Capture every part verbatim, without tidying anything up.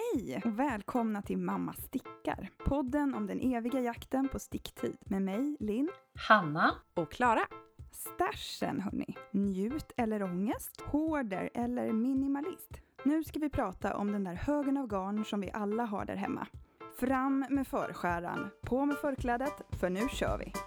Hej och välkomna till Mamma stickar. Podden om den eviga jakten på sticktid med mig, Linn, Hanna och Klara. Stashen hörni. Njut eller ångest, hoarder eller minimalist. Nu ska vi prata om den där högen av garn som vi alla har där hemma. Fram med förskäran, på med förklädet, för nu kör vi.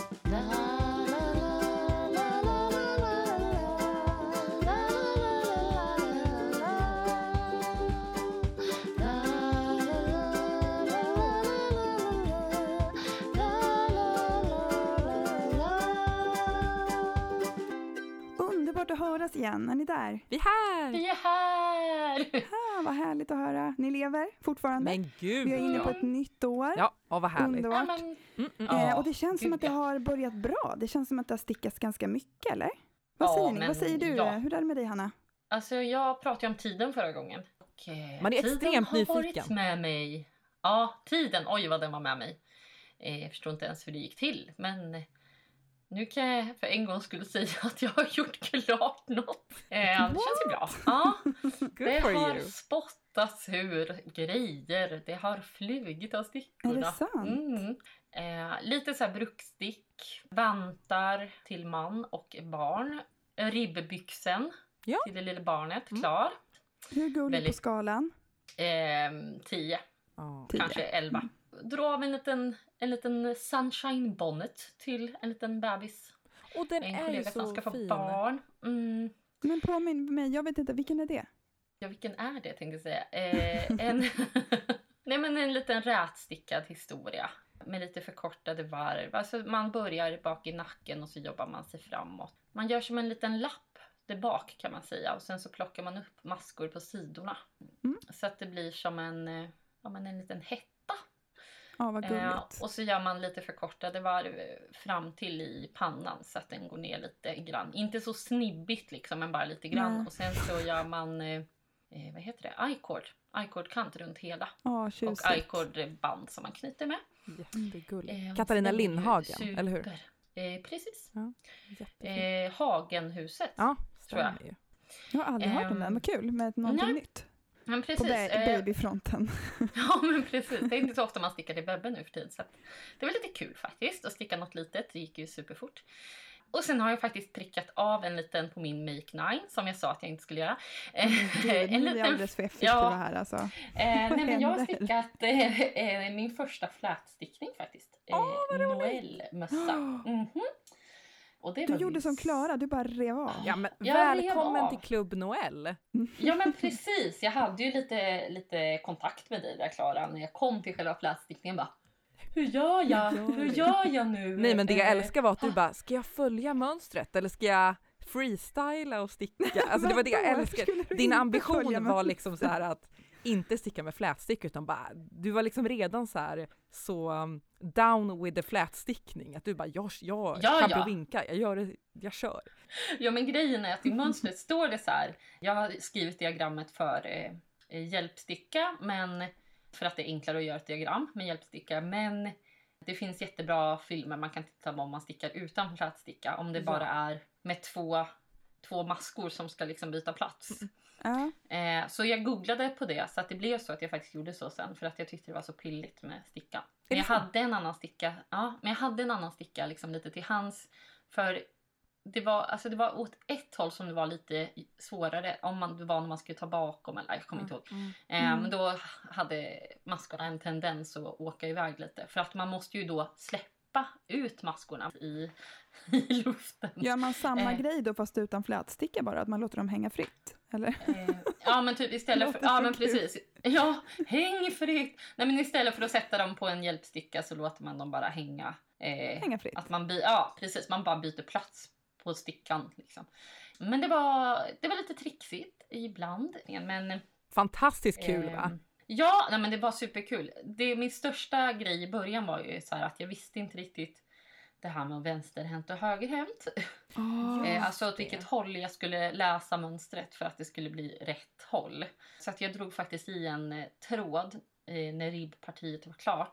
Underbart att höras igen, är ni där? Vi är här! Vi är här! Ah, vad härligt att höra. Ni lever fortfarande? Men gud! Vi är inne på ja. ett nytt år. Ja, och vad härligt. Underbart. Ja, men, Mm, mm. Eh, Ja, och det känns som gud, att det ja. har börjat bra. Det känns som att det har stickats ganska mycket, eller? Vad Ja, säger ni? men Vad säger du? ja. Hur är det med dig, Hanna? Alltså jag pratade ju om tiden förra gången. Och, eh, Man är tiden extremt har nyfiken. varit med mig. Ja, tiden. Oj vad den var med mig. Eh, jag förstår inte ens hur det gick till. Men eh, nu kan jag för en gång skulle säga att jag har gjort klart något. Eh, det känns ju bra. Ja, Good det for har you. spottats ur grejer. Det har flugit av stickorna. Är det sant? Mm. Eh, lite så här bruksstick, vantar till man och barn, ribbbyxen Ja. till det lilla barnet, Mm. klar. Hur gullig Väldigt- på skalan? Eh, tio, Ja. Tio. kanske elva. Dra av en liten, en liten sunshine bonnet till en liten bebis. Och den En är ju kollega som så ska få fin. barn. Mm. Men påminn mig, jag vet inte, vilken är det? Ja, vilken är det tänkte jag säga. Eh, en, nej, men en liten rätstickad historia. Med lite förkortade varv. Alltså man börjar bak i nacken och så jobbar man sig framåt. Man gör som en liten lapp där bak kan man säga. Och sen så plockar man upp maskor på sidorna. Mm. Så att det blir som en, eh, ja, men en liten hetta. Ja, vad gulligt. Eh, och så gör man lite förkortade varv fram till i pannan så att den går ner lite grann. Inte så snibbigt liksom, men bara lite grann. Nej. Och sen så gör man, eh, eh, vad heter det? I-cord. I-cord-kant runt hela. Ja, Och tjusigt. I-cord-band som man knyter med. Jättegullig. Eh, Katarina den är ju Lindhagen, super. eller hur? Eh, precis. Ja, jättefin. Eh, Hagenhuset. Ja, tror jag. stämmer ju. Jag har aldrig hört om ehm, den, vad kul med någonting nej. nytt. Men På precis. ba- eh, babyfronten. Ja, men precis. Det är inte så ofta man stickar till bebbe nu för tiden. Så att det var lite kul faktiskt att sticka något litet. Det gick ju superfort. Och sen har jag faktiskt prickat av en liten på min Make Nine som jag sa att jag inte skulle göra. Gud, nu är jag alldeles för effektiv ja. här alltså. Eh, nej, men jag har händer? stickat eh, eh, min första flätstickning faktiskt. Eh, Åh, vad roligt. Noel-mössa. Mhm. Och det Du var gjorde ju som Klara, du bara rev av. Ja, men Jag välkommen rev av. till Klubb Noel. Ja, men precis. Jag hade ju lite, lite kontakt med dig där, Klara, när jag kom till själva flätstickningen. Bara, hur gör jag? Hur gör jag nu? Nej, men det jag Eh, älskar var att du bara, ska jag följa mönstret eller ska jag freestyla och sticka? Alltså det var det jag Vadå? älskar. Skulle du Din inte ambition följa var mönstret? liksom så här att inte sticka med flätstick utan bara, du var liksom redan så här så um, down with the flätstickning. Att du bara, jag, jag Ja, kan ja. vinka, jag gör det, jag kör. Ja, men grejen är att i mönstret står det så här. Jag har skrivit diagrammet för eh, hjälpsticka, men för att det är enklare att göra ett diagram med hjälpsticka. Men det finns jättebra filmer man kan titta på om man stickar utan flätsticka. Om det Ja. bara är med två, två maskor som ska liksom byta plats. Ja. Eh, så jag googlade på det, så att det blev så att jag faktiskt gjorde så sen. För att jag tyckte det var så pilligt med stickan. Men det jag sant? hade en annan sticka. Ja, men jag hade en annan sticka liksom lite till hands. För det var, alltså det var åt ett håll som det var lite svårare. Om man, det var när man skulle ta bakom. Eller jag kommer inte ihåg. Mm. Eh, men då hade maskorna en tendens att åka iväg lite. För att man måste ju då släppa ut maskorna i, i luften. Gör man samma Eh. grej då fast utan flätsticka bara? Att man låter dem hänga fritt? Eller? Eh, ja, men typ istället för, Låter ja så men kul. precis. Ja, häng fritt. Nej, men istället för att sätta dem på en hjälpsticka så låter man dem bara hänga. Eh, Hänga fritt. Att man by- ja, precis. Man bara byter plats på stickan liksom. Men det var, det var lite trixigt ibland. Men Fantastiskt kul eh, va? Ja, nej, men det var superkul. Det, min största grej i början var ju så här att jag visste inte riktigt det här med vänsterhänt och högerhänt. Oh, Eh, alltså åt vilket håll jag skulle läsa mönstret för att det skulle bli rätt håll. Så att jag drog faktiskt i en eh, tråd eh, när ribbpartiet var klart.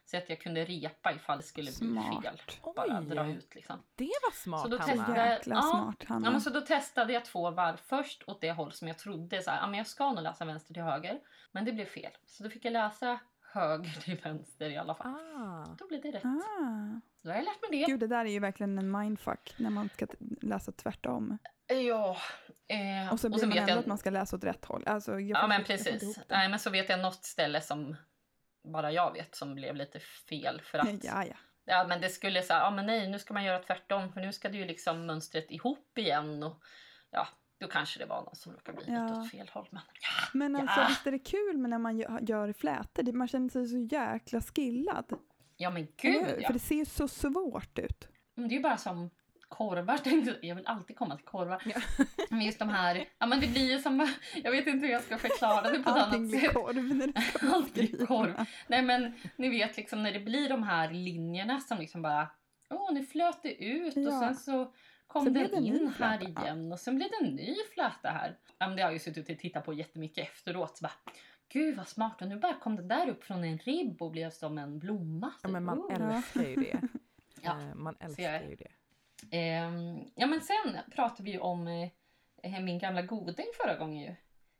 Så att jag kunde repa ifall det skulle Smart. bli fel. Bara Oj. dra ut liksom. Det var smart, Så då Hanna. testade- Jäkla Ja. smart, Hanna. Ja, men så då testade jag två varv först åt det håll som jag trodde så här, ja, men jag ska nog läsa vänster till höger. Men det blev fel. Så då fick jag läsa höger till vänster i alla fall. Ah. Då blev det rätt. Ah. Då har jag lärt mig det. Gud, det där är ju verkligen en mindfuck när man ska t- läsa tvärtom. Ja. Eh, Och så blir så man vet ändå jag, att man ska läsa åt rätt håll. Alltså, jag Ja får- men jag får inte precis. ihop det. Nej men så vet jag något ställe som bara jag vet som blev lite fel för att Ja, ja. ja men det skulle säga ja men nej nu ska man göra tvärtom för nu ska det ju liksom mönstret ihop igen och ja då kanske det var någon som råkade bli Ja. lite åt fel håll men Men alltså, Ja. visst är det kul med när man gör, gör flätor? Det- Man känner sig så jäkla skillad. ja men Eller gud hur? ja. För det ser ju så svårt ut. Men det är ju bara som korvar tänkte jag. Jag vill alltid komma till korvar. Men just de här, ja men det blir ju som, jag vet inte hur jag ska förklara det på ett Allting annat blir sätt. korv när det ska Allt blir skriva. korv. Nej men ni vet liksom när det blir de här linjerna som liksom bara, åh nu flöt det ut Ja. och sen så kom Så blev den det en ny in här fläta. igen och sen blev det en ny fläta här. Ja men det har jag ju suttit och tittat på jättemycket efteråt så bara, gud vad smart och nu bara kom den där upp från en ribb och blev som en blomma. Ja, men man Oh. älskar ju det. Ja. Eh, Man jag- älskar ju det. Ehm, ja men sen pratade vi ju om eh, min gamla goding förra gången ju.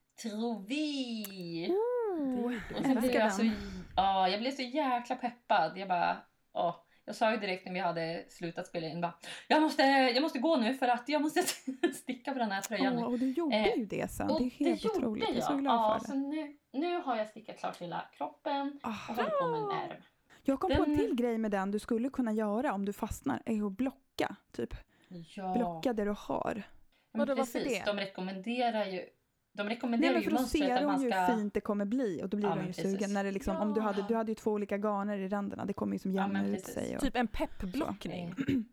Trovi! Oh, Det Och är sen älskar blev jag, den. så, ja, jag blev så jäkla peppad. Jag bara, åh. Jag sa ju direkt när vi hade slutat spela in bara, jag måste, jag måste gå nu för att jag måste sticka på den här tröjan. Åh, och du gjorde Eh, ju det sen. och Det är helt gjorde otroligt. Jag är så jag. glad Ja, för så det. nu, nu har jag stickat klart hela kroppen och Ah. håller på med en ärm. Jag kom på en Den- till grej med den du skulle kunna göra om du fastnar. Är att blocka. Typ. Ja, Blocka det du har. men Vadå, varför precis. det? De rekommenderar ju, de Nej, rekommenderar men ju för då mönstret ser att hon man ju ska... hur fint det kommer bli. Och då blir Ja, du men ju precis. sugen. När det liksom, om du hade, du hade ju två olika garner i ränderna. Det kommer ju som Ja, jämna men ut precis. sig. Och, Typ en peppblockning.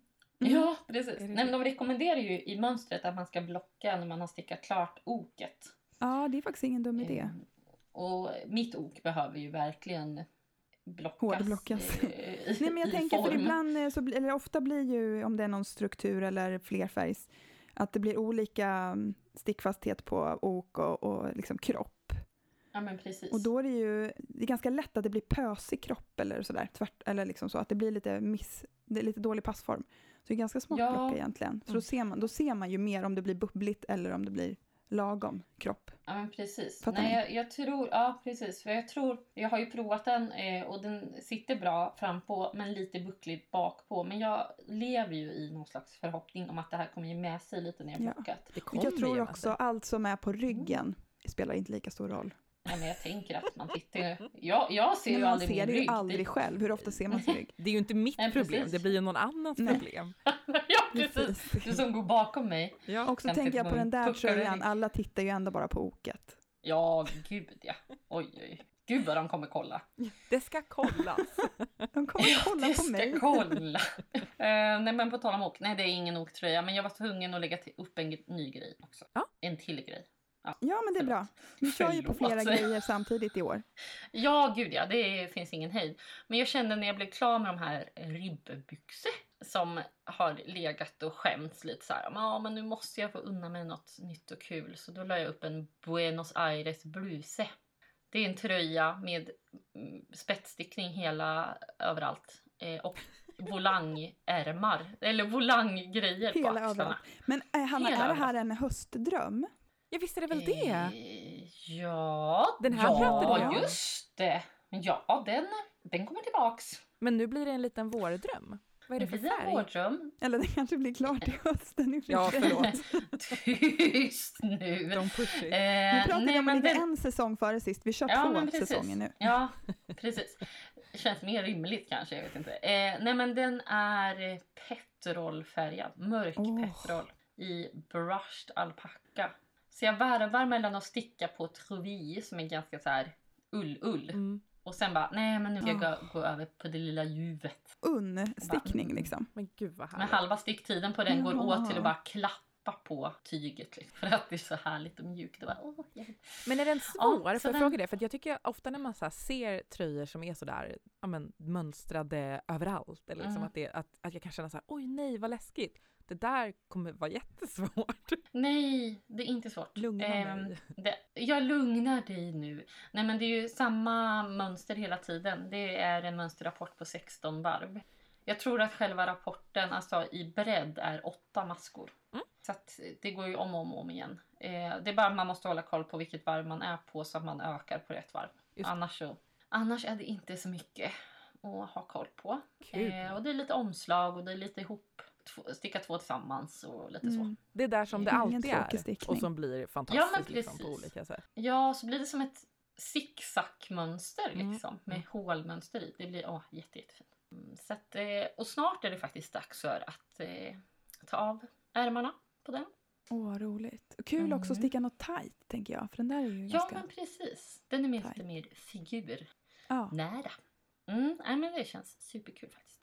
Ja, precis. Är det Nej, men det? de rekommenderar ju i mönstret att man ska blocka när man har stickat klart oket. ja, det är faktiskt ingen dum idé. Mm. Och mitt ok behöver ju verkligen blockas. Hårdblockas. I, i, Nej, men jag i tänker för form. ibland, eh, så, bli- eller ofta blir ju, om det är någon struktur eller flerfärgs, att det blir olika mm, stickfasthet på ok och, och liksom kropp. Ja, men precis. Och då är det ju det är ganska lätt att det blir pösig kropp eller sådär, tvärt, eller liksom så, att det blir lite miss, det är lite dålig passform. Så det är ganska smart Ja. blocka egentligen. Så då ser, man, då ser man ju mer om det blir bubbligt eller om det blir lagom kropp. Ja, men precis. Fattar Nej, ni? jag, jag tror, ja precis. För jag tror, jag har ju provat den eh, och den sitter bra fram på men lite buckligt bak på. Men jag lever ju i någon slags förhoppning om att det här kommer ge med sig lite när jag Ja. blockat. Det Och kommer jag tror ge med också sig. allt som är på ryggen spelar inte lika stor roll. Ja, men jag tänker att man tittar ju. Jag, jag ser Men ju man aldrig ser min det ju rygg. aldrig själv. Hur ofta ser man sin rygg? Det är ju inte mitt Nej, problem, precis. det blir ju någon annans Nej. problem. Ja, precis. Du som går bakom mig. Ja. Och så Sen tänker jag på sätter den där man puckar tröjan, i. alla tittar ju ändå bara på oket. Ja, gud ja. Oj, oj. Gud vad de kommer kolla. Det ska kollas. De kommer kolla det på ska mig. kolla. uh, nej, men på tal om ok. Nej, det är ingen oktröja. Men jag var tvungen att lägga till, upp en g- ny grej också. Ja. En till grej. Ja, men det är bra. Vi kör ju på Förlåt. flera grejer samtidigt i år. Ja, gud ja. Det finns ingen hejd. Men jag kände när jag blev klar med de här ribbbyxor som har legat och skämts lite så här. Ja, men nu måste jag få unna mig något nytt och kul. Så då la jag upp en Buenos Aires bluse. Det är en tröja med mm, spetsstickning hela överallt. Eh, och volangärmar. Eller volanggrejer på Hela axlarna. överallt. Men äh, Hanna, Hela är det här en höstdröm? Ja, visst är det väl det? Eh, ja, Den här ja, pratade vi om. just det. Ja, den, den kommer tillbaks. Men nu blir det en liten vårdröm. Vad är det för blir en färg? vårdröm. Eller det kanske blir klart i hösten. i och för Ja, sig. förlåt. Tyst nu. De pushar. Eh, Vi pratade nej, om att men ligga den- en säsong före sist. Vi kör Ja, två men precis. säsonger nu. Ja, precis. Det känns mer rimligt kanske, jag vet inte. Eh, nej, men den är petrolfärgad. Mörk Åh. petrol i brushed alpacka. Så jag varvar mellan att sticka på Trovi som är ganska så här ull-ull. Mm. Och sen bara, nej men nu ska jag Ah. gå, gå över på det lilla ljuvet. Unn-stickning Mm. liksom. Men gud vad Men härligt. halva sticktiden på den går Jaha. åt till att bara klappa nappa på tyget liksom, för att det är så härligt och mjukt. Och bara, åh, jag... Men är den svår? Ja, för jag den... fråga det? För jag tycker ofta när man så här ser tröjor som är sådär ja, men, mönstrade överallt. Eller liksom mm. att, det, att, att jag kan känna så här, oj nej vad läskigt. Det där kommer vara jättesvårt. Nej, det är inte svårt. Lugna eh, mig. Det, jag lugnar dig nu. Nej, men det är ju samma mönster hela tiden. Det är en mönsterrapport på sexton varv. Jag tror att själva rapporten, alltså i bredd, är åtta maskor. Mm. Så att det går ju om och om, om igen. Eh, det är bara att man måste hålla koll på vilket varv man är på så att man ökar på rätt varv. Annars, så, annars är det inte så mycket att ha koll på. Eh, och det är lite omslag och det är lite ihop. Sticka två tillsammans och lite så. Mm. Det är där som det alltid är. Och som blir fantastiskt ja, men liksom, på olika sätt. Ja, så blir det som ett zigzag-mönster liksom. Mm. Med hålmönster i. Det blir åh, jätte, jättefint. Mm, så att, eh, och snart är det faktiskt dags för att eh, ta av ärmarna på den. Åh, vad roligt. Och kul Mm. också att sticka något tajt, tänker jag. För den där är ju Ja, ganska... men precis. Den är mer, tajt. lite mer figur. Ja. Nära. Mm, nej, men det känns superkul faktiskt.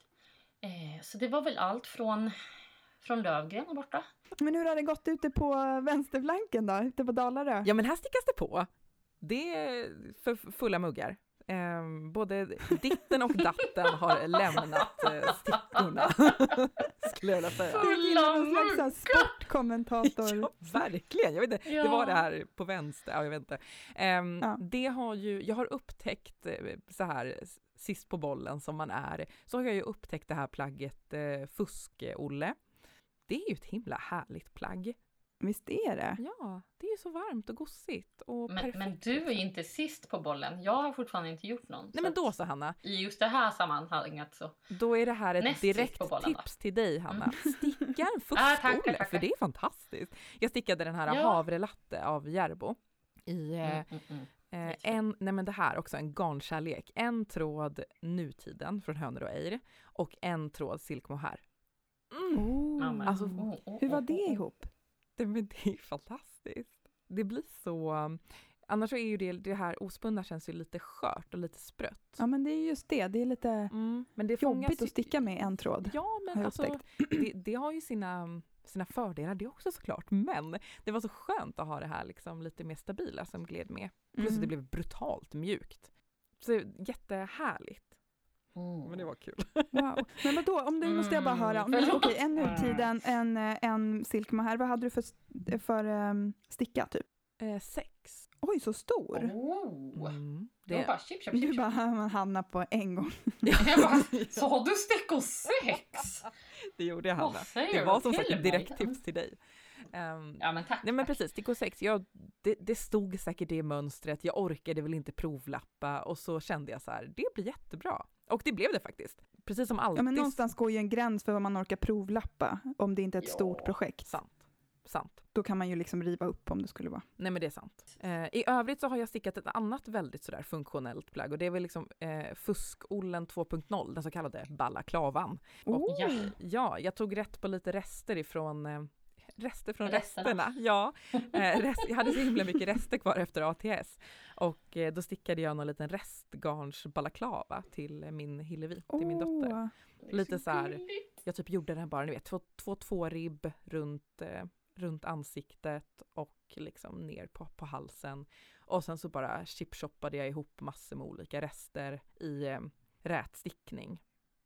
Eh, så det var väl allt från, från Lövgren och borta. Men hur har det gått ute på vänsterflanken då? Ute på Dalarö? Ja, men här stickas det på. Det är för fulla muggar. Eh, både ditten och datten har lämnat eh, stickorna. Skulle jag vilja säga. Fulla någon slags sportkommentator. Ja, verkligen. Jag vet inte. Ja. Det var det här på vänster. Ja, jag vet inte. Eh, Ja. Det har ju, jag har upptäckt eh, så här sist på bollen som man är. Så har jag ju upptäckt det här plagget eh, Fusk-Olle. Det är ju ett himla härligt plagg. Visst är det? Ja, det är ju så varmt och gossigt och Men, perfekt. men du är inte sist på bollen. Jag har fortfarande inte gjort någon. Nej, så men att då så, Hanna. I just det här sammanhanget så. Då är det här ett Näst sist direkt på bollen, tips till dig, Hanna. Sticka en Ah, tackar, Fusk-Olle, tackar. för det är fantastiskt. Jag stickade den här Ja. havrelatte av Järbo i eh, Mm, mm, mm. Eh, en, nej men det här också, en garnkärlek. En tråd nutiden från Hönor och Ejr och en tråd silk mohair. Mm. Oh. Ja, men- Alltså, oh, oh, Hur var oh, det oh, oh. ihop? Det, men det är fantastiskt. Det blir så... Annars så är ju det, det här ospunna känns ju lite skört och lite sprött. Ja, men det är just det. Det är lite Mm, men det fångas jobbigt ju- att sticka med en tråd. Ja, har men jag alltså, det, det har ju sina, sina fördelar det också såklart. Men det var så skönt att ha det här liksom lite mer stabila som gled med. Plus Mm. att det blev brutalt mjukt. Så jättehärligt. Mm. Men det var kul. Wow. Men vadå, om du måste jag bara höra. Om du, Förlåt. okej, en nutiden, en, eh, en silk mohair. Vad hade du för, för um, sticka typ? Eh, sex. Oj, så stor. Oh. Mm. Det var Det, bara chip, chip, Du chip. bara man hamnar på en gång. Jag bara, sa du stickor sex? det gjorde jag, Hanna. Vad säger Det du var som till sagt ett mig? direkt tips till dig. Ehm, Ja, men tack. nej men tack. precis, stickor sex. Jag, det, det stod säkert det mönstret. Jag orkade väl inte provlappa och så kände jag så här, det blir jättebra. Och det blev det faktiskt. Precis som alltid. Ja, men någonstans går ju en gräns för vad man orkar provlappa. Om det inte är ett Ja. stort projekt. Sant. Sant. Då kan man ju liksom riva upp om det skulle vara. Nej, men det är sant. Eh, I övrigt så har jag stickat ett annat väldigt sådär funktionellt plagg och det är väl liksom eh, Fusk-Ollen två punkt noll, den så kallade balaklavan. Och, Oh. Ja. ja, jag tog rätt på lite rester ifrån eh, rester från Resterna. resterna. Ja, eh, rest, jag hade så himla mycket rester kvar efter A T S och eh, då stickade jag någon liten restgarns balaklava till eh, min Hillevi, till min dotter. Åh. Lite så här, gulligt. jag typ gjorde den bara, ni vet, två, två, två ribb runt, eh, runt ansiktet och liksom ner på, på halsen. Och sen så bara chipshoppade jag ihop massor med olika rester i eh, rätstickning.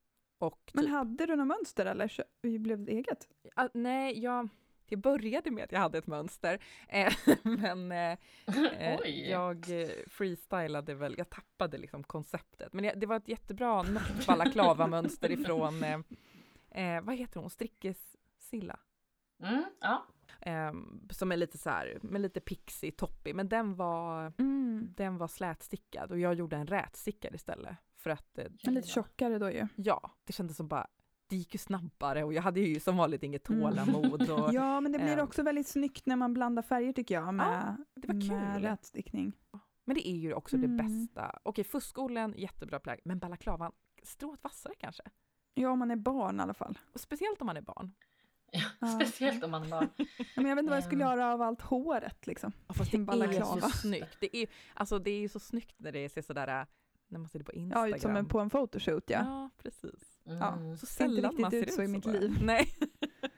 Och Men typ, hade du något mönster eller så, blev det eget? ah, nej, jag, jag började med att jag hade ett mönster. Eh, men eh, eh, Oj. jag eh, freestylade väl, jag tappade liksom konceptet. Men jag, det var ett jättebra något balaklava-mönster ifrån, eh, eh, vad heter hon, Strickes Silla. Mm, ja. Um, som är lite så här, med lite pixie toppig, men den var Mm. den var slätstickad och jag gjorde en rätstickad istället för att eh, Men lite tjockare då ju. ja, det kändes som bara det gick ju snabbare och jag hade ju som vanligt inget Mm. tålamod och Ja, men det blir ehm. också väldigt snyggt när man blandar färger tycker jag med, det var med kul. rätstickning. Men det är ju också Mm. det bästa. Okej, Fusk-Ollen, jättebra plagg, men balaklavan, strået vassare kanske. Ja, om man är barn i alla fall. Och speciellt om man är barn. Ja, speciellt om man var... Ja, men jag vet inte vad jag skulle Ehm. göra av allt håret liksom. Ja, fast En det är balaklava. så snyggt. Det är, alltså, det är ju så snyggt när det ser sådär, när man ser det på Ja, Instagram. ut som en, på en photoshoot ja. Ja, precis. Ja. Mm. Så Ser inte sällan riktigt man ser ut så i mitt bara. liv. Nej.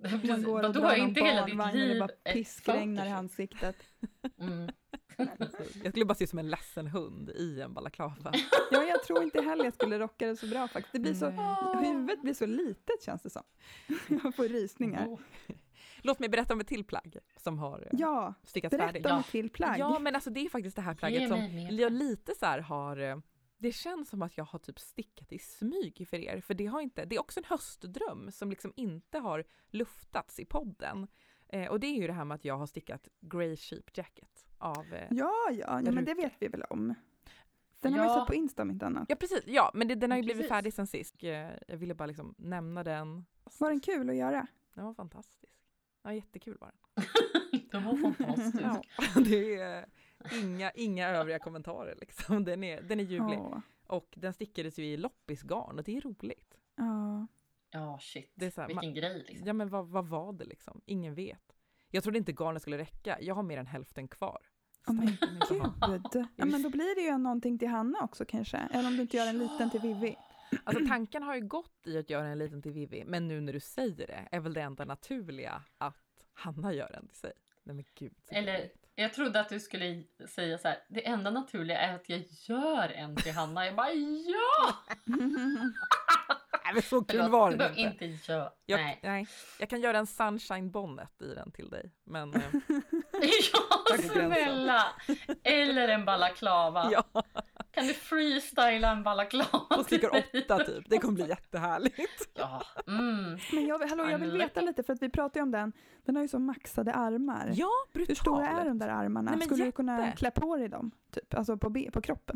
Man går och Vadå, drar någon inte hela ditt barnvagn och det liv bara ett piskregnar i Photoshop? ansiktet. Mm. Jag skulle bara se som en ledsen hund i en balaklava. Ja, jag tror inte heller jag skulle rocka det så bra faktiskt. Det blir så, Nej. huvudet blir så litet känns det som. Jag får rysningar. Oh. Låt mig berätta om ett till plagg som har eh, Ja, stickats färdigt. berätta om ett till plagg. Ja, men alltså det är faktiskt det här plagget Ge som mig mer. jag lite så här har... eh, Det känns som att jag har typ stickat i smyg för er. För det har inte... Det är också en höstdröm som liksom inte har luftats i podden. Eh, och det är ju det här med att jag har stickat Grey Sheep Jacket av... Eh, Ja, ja, ja men det Ruke. vet vi väl om. Den har vi Ja. sett på Insta om inte annat. Ja, precis. Ja, men det, den har ju Precis. blivit färdig sen sist. Eh, Jag ville bara liksom nämna den. Var den kul att göra? Den var fantastisk. Ja, jättekul var den. Det var fantastiskt. Ja, det är inga, inga övriga kommentarer liksom. Den är, den är ljuvlig. Åh, Och den stickades ju i loppisgarn och det är roligt. ja. Ja, shit. Det är så här, Vilken man- grej liksom. Ja, men vad, vad var det liksom? Ingen vet. Jag trodde inte garnet skulle räcka. Jag har mer än hälften kvar. Oh men Stackarn inte ha. gud. Ja, men då blir det ju någonting till Hanna också kanske. Eller om du inte gör en liten till Vivi. Alltså tanken har ju gått i att göra en liten till Vivi. Men nu när du säger det är väl det enda naturliga att Hanna gör en till sig. Nej men gud. så Eller- gulligt. Jag trodde att du skulle säga så här: det enda naturliga är att jag gör en till Hanna. Jag bara, ja! Nej men så kul Förlåt, var du det behöver inte. inte göra. Jag, Nej. nej. Jag kan göra en sunshine bonnet i den till dig. Men eh, Ja, Tack för gränsen. snälla! Eller en balaklava. ja, Kan du freestyla en balaklava? och stickor åtta typ. Det kommer bli jättehärligt. Ja. Mm. Men jag, hallå, jag vill I'm veta lucky. lite för att vi pratade ju om den. Den har ju så maxade armar. Ja, brutalt. Hur stora är de där armarna? Nej, men Skulle du kunna jätte. klä på dig dem? Typ? Alltså på, be- på kroppen?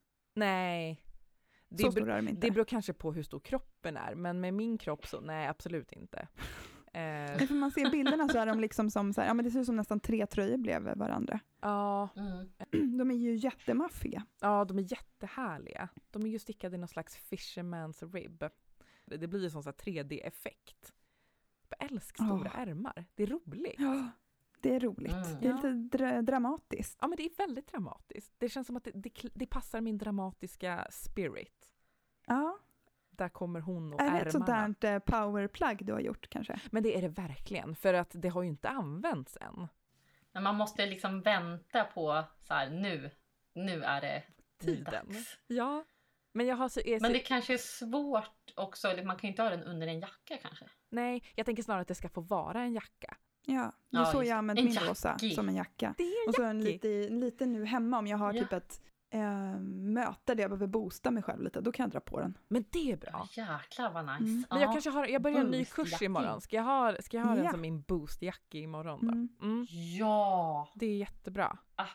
Nej. Det, Så beror, stora är de inte. det beror kanske på hur stor kroppen är. Men med min kropp så, nej absolut inte. Eh, Men för man ser bilderna så är de liksom som så här, ja men det ser ut som nästan tre tröjor blev varandra. ja, Mm. De är ju jättemaffiga. ja, de är jättehärliga. De är ju stickade i någon slags fisherman's rib. Det, det blir ju sån så här tre D-effekt. Jag älskar stora Åh. ärmar. Det är roligt. Ja, det är roligt. Mm. Det är Ja. lite dra- dramatiskt. Ja, men det är väldigt dramatiskt. Det känns som att det, det, det passar min dramatiska spirit. Ja. Där kommer hon och Är det ärmarna. ett sånt där eh, powerplug du har gjort kanske? Men det är det verkligen. För att det har ju inte använts än. Men man måste liksom vänta på så här, nu, nu är det Tiden. dags. Ja. Men jag har så, är, Men det kanske är svårt också, eller man kan ju inte ha den under en jacka kanske. nej, jag tänker snarare att det ska få vara en jacka. Ja, det Ja, är så just jag det. använt En min rosa jackig. som en jacka. Det är en Och så en jackig. lite, lite nu hemma om jag har Ja. typ ett eh, möte där jag behöver boosta mig själv lite, då kan jag dra på den. Men det är bra. Ja, jäklar vad nice. Mm. Men jag kanske har, jag börjar en ny Boost kurs jacking. imorgon. Ska jag ha, ska jag ha den Ja. som min boostjacka imorgon då? Mm. Mm. Ja, Det är jättebra.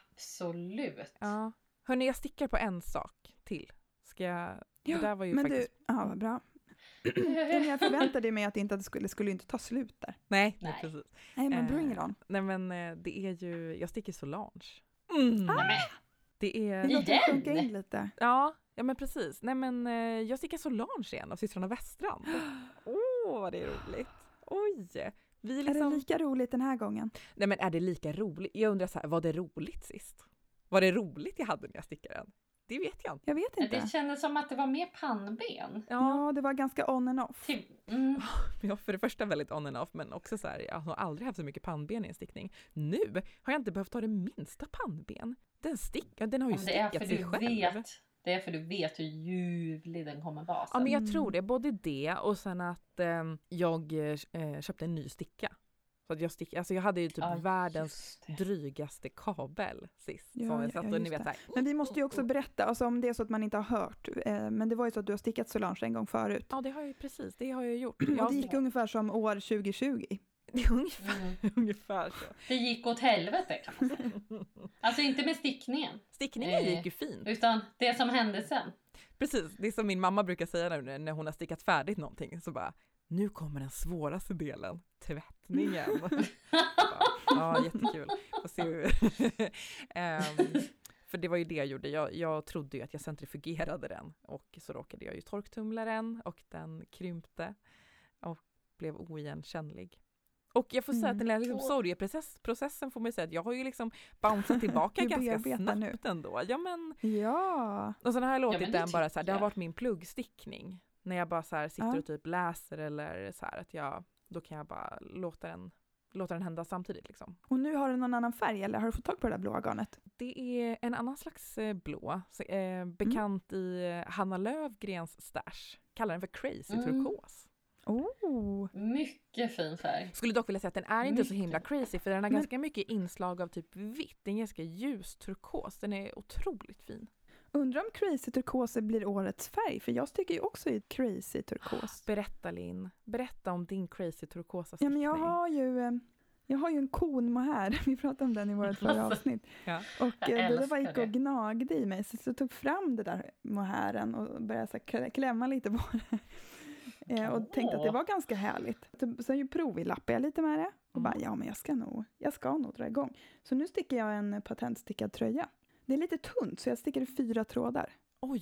absolut. Ja. Hörrni, jag stickar på en sak till. Ska jag... Ja, det där var ju men faktiskt... du, ja vad bra. Ja, men jag förväntade mig att det inte att det skulle, det skulle inte ta slut där. Nej, Nej. precis. Nej men bring it Eh, on. Nej men eh, det är ju, jag sticker Solange. Mm. Nej, men, Det är, Vi låter det Igen? sjunka in lite. ja, ja men precis. Nej men eh, jag stickar Solange igen av systrarna Westrand. Åh, oh, vad det är roligt. Oj. Vi Är liksom... det lika roligt den här gången? Nej men är det lika roligt? Jag undrar så här, var det roligt sist? Var det roligt jag hade när jag stickade den? Det vet jag inte. Jag vet inte. det kändes som att det var mer pannben. Ja, Ja, det var ganska on and off. Typ, mm. jag för det första väldigt on and off, men också så här, jag har aldrig haft så mycket pannben i en stickning. Nu har jag inte behövt ta det minsta pannben. Den stick, ja, den har ju Om det är stickat för sig du själv. vet, det är för du vet hur ljuvlig den kommer vara Ja, sen. men jag Mm. tror det. Både det och sen att eh, jag eh, köpte en ny sticka. Så att jag, stick, alltså jag hade ju typ Ja, världens just det. drygaste kabel sist. Ja, som ja, jag satt ja, och ni just vet det. så här, Men vi måste ju också berätta, alltså om det är så att man inte har hört, eh, men det var ju så att du har stickat Solange en gång förut. ja det har jag ju precis, det har jag gjort. Och Jag, det gick ungefär som år tjugo tjugo. det är ungefär, Mm. ungefär så. Det gick åt helvete kan man säga. Alltså inte med stickningen, Stickningen Eh, gick ju fint. utan det som hände sen. Precis, det är som min mamma brukar säga nu när hon har stickat färdigt någonting. Så bara, nu kommer den svåraste delen, tvättningen. Ja, jättekul. Får se hur. um, för det var ju det jag gjorde. Jag, jag trodde ju att jag centrifugerade den. Och så råkade jag ju torktumla den. Och den krympte. Och blev oigenkännlig. Och jag får säga att den här liksom, sorgeprocessen får man ju säga att jag har ju liksom bounceat tillbaka Du ganska bearbetar snabbt nu. ändå. Ja, men... Ja. Och sen har jag låtit men det den bara så här, det har tycker jag. varit min pluggstickning. När jag bara så här sitter Ja. och typ läser eller så här att jag, då kan jag bara låta den, låta den hända samtidigt liksom. Och nu har du någon annan färg eller har du fått tag på det där blåa garnet? Det är en annan slags eh, blå, så, eh, bekant mm. i eh, Hanna Lövgrens stash. Kallar den för Crazy mm. turkos. Oh. Mycket fin färg. Skulle dock vilja säga att den är inte mycket. så himla crazy, för den har Men... ganska mycket inslag av typ vitt. Den är ganska ljus turkos. Den är otroligt fin. Undrar om Crazy turkos blir årets färg, för jag sticker ju också i Crazy turkos. Berätta Linn, berätta om din Crazy turkosa Ja, stickning. men jag har ju jag har ju en kon mohair. Vi pratade om den i vårt förra avsnitt. Ja. Och Jag det där var gick och det. gnagde i mig, så jag tog fram det där mohairen och började så här klämma lite på det. Eh, och tänkte att det var ganska härligt. Sen ju provilappade jag lite med det. Och bara, ja men jag ska nog, jag ska nog dra igång. Så nu sticker jag en patentstickad tröja. Det är lite tunt, så jag stickar i fyra trådar. Oj!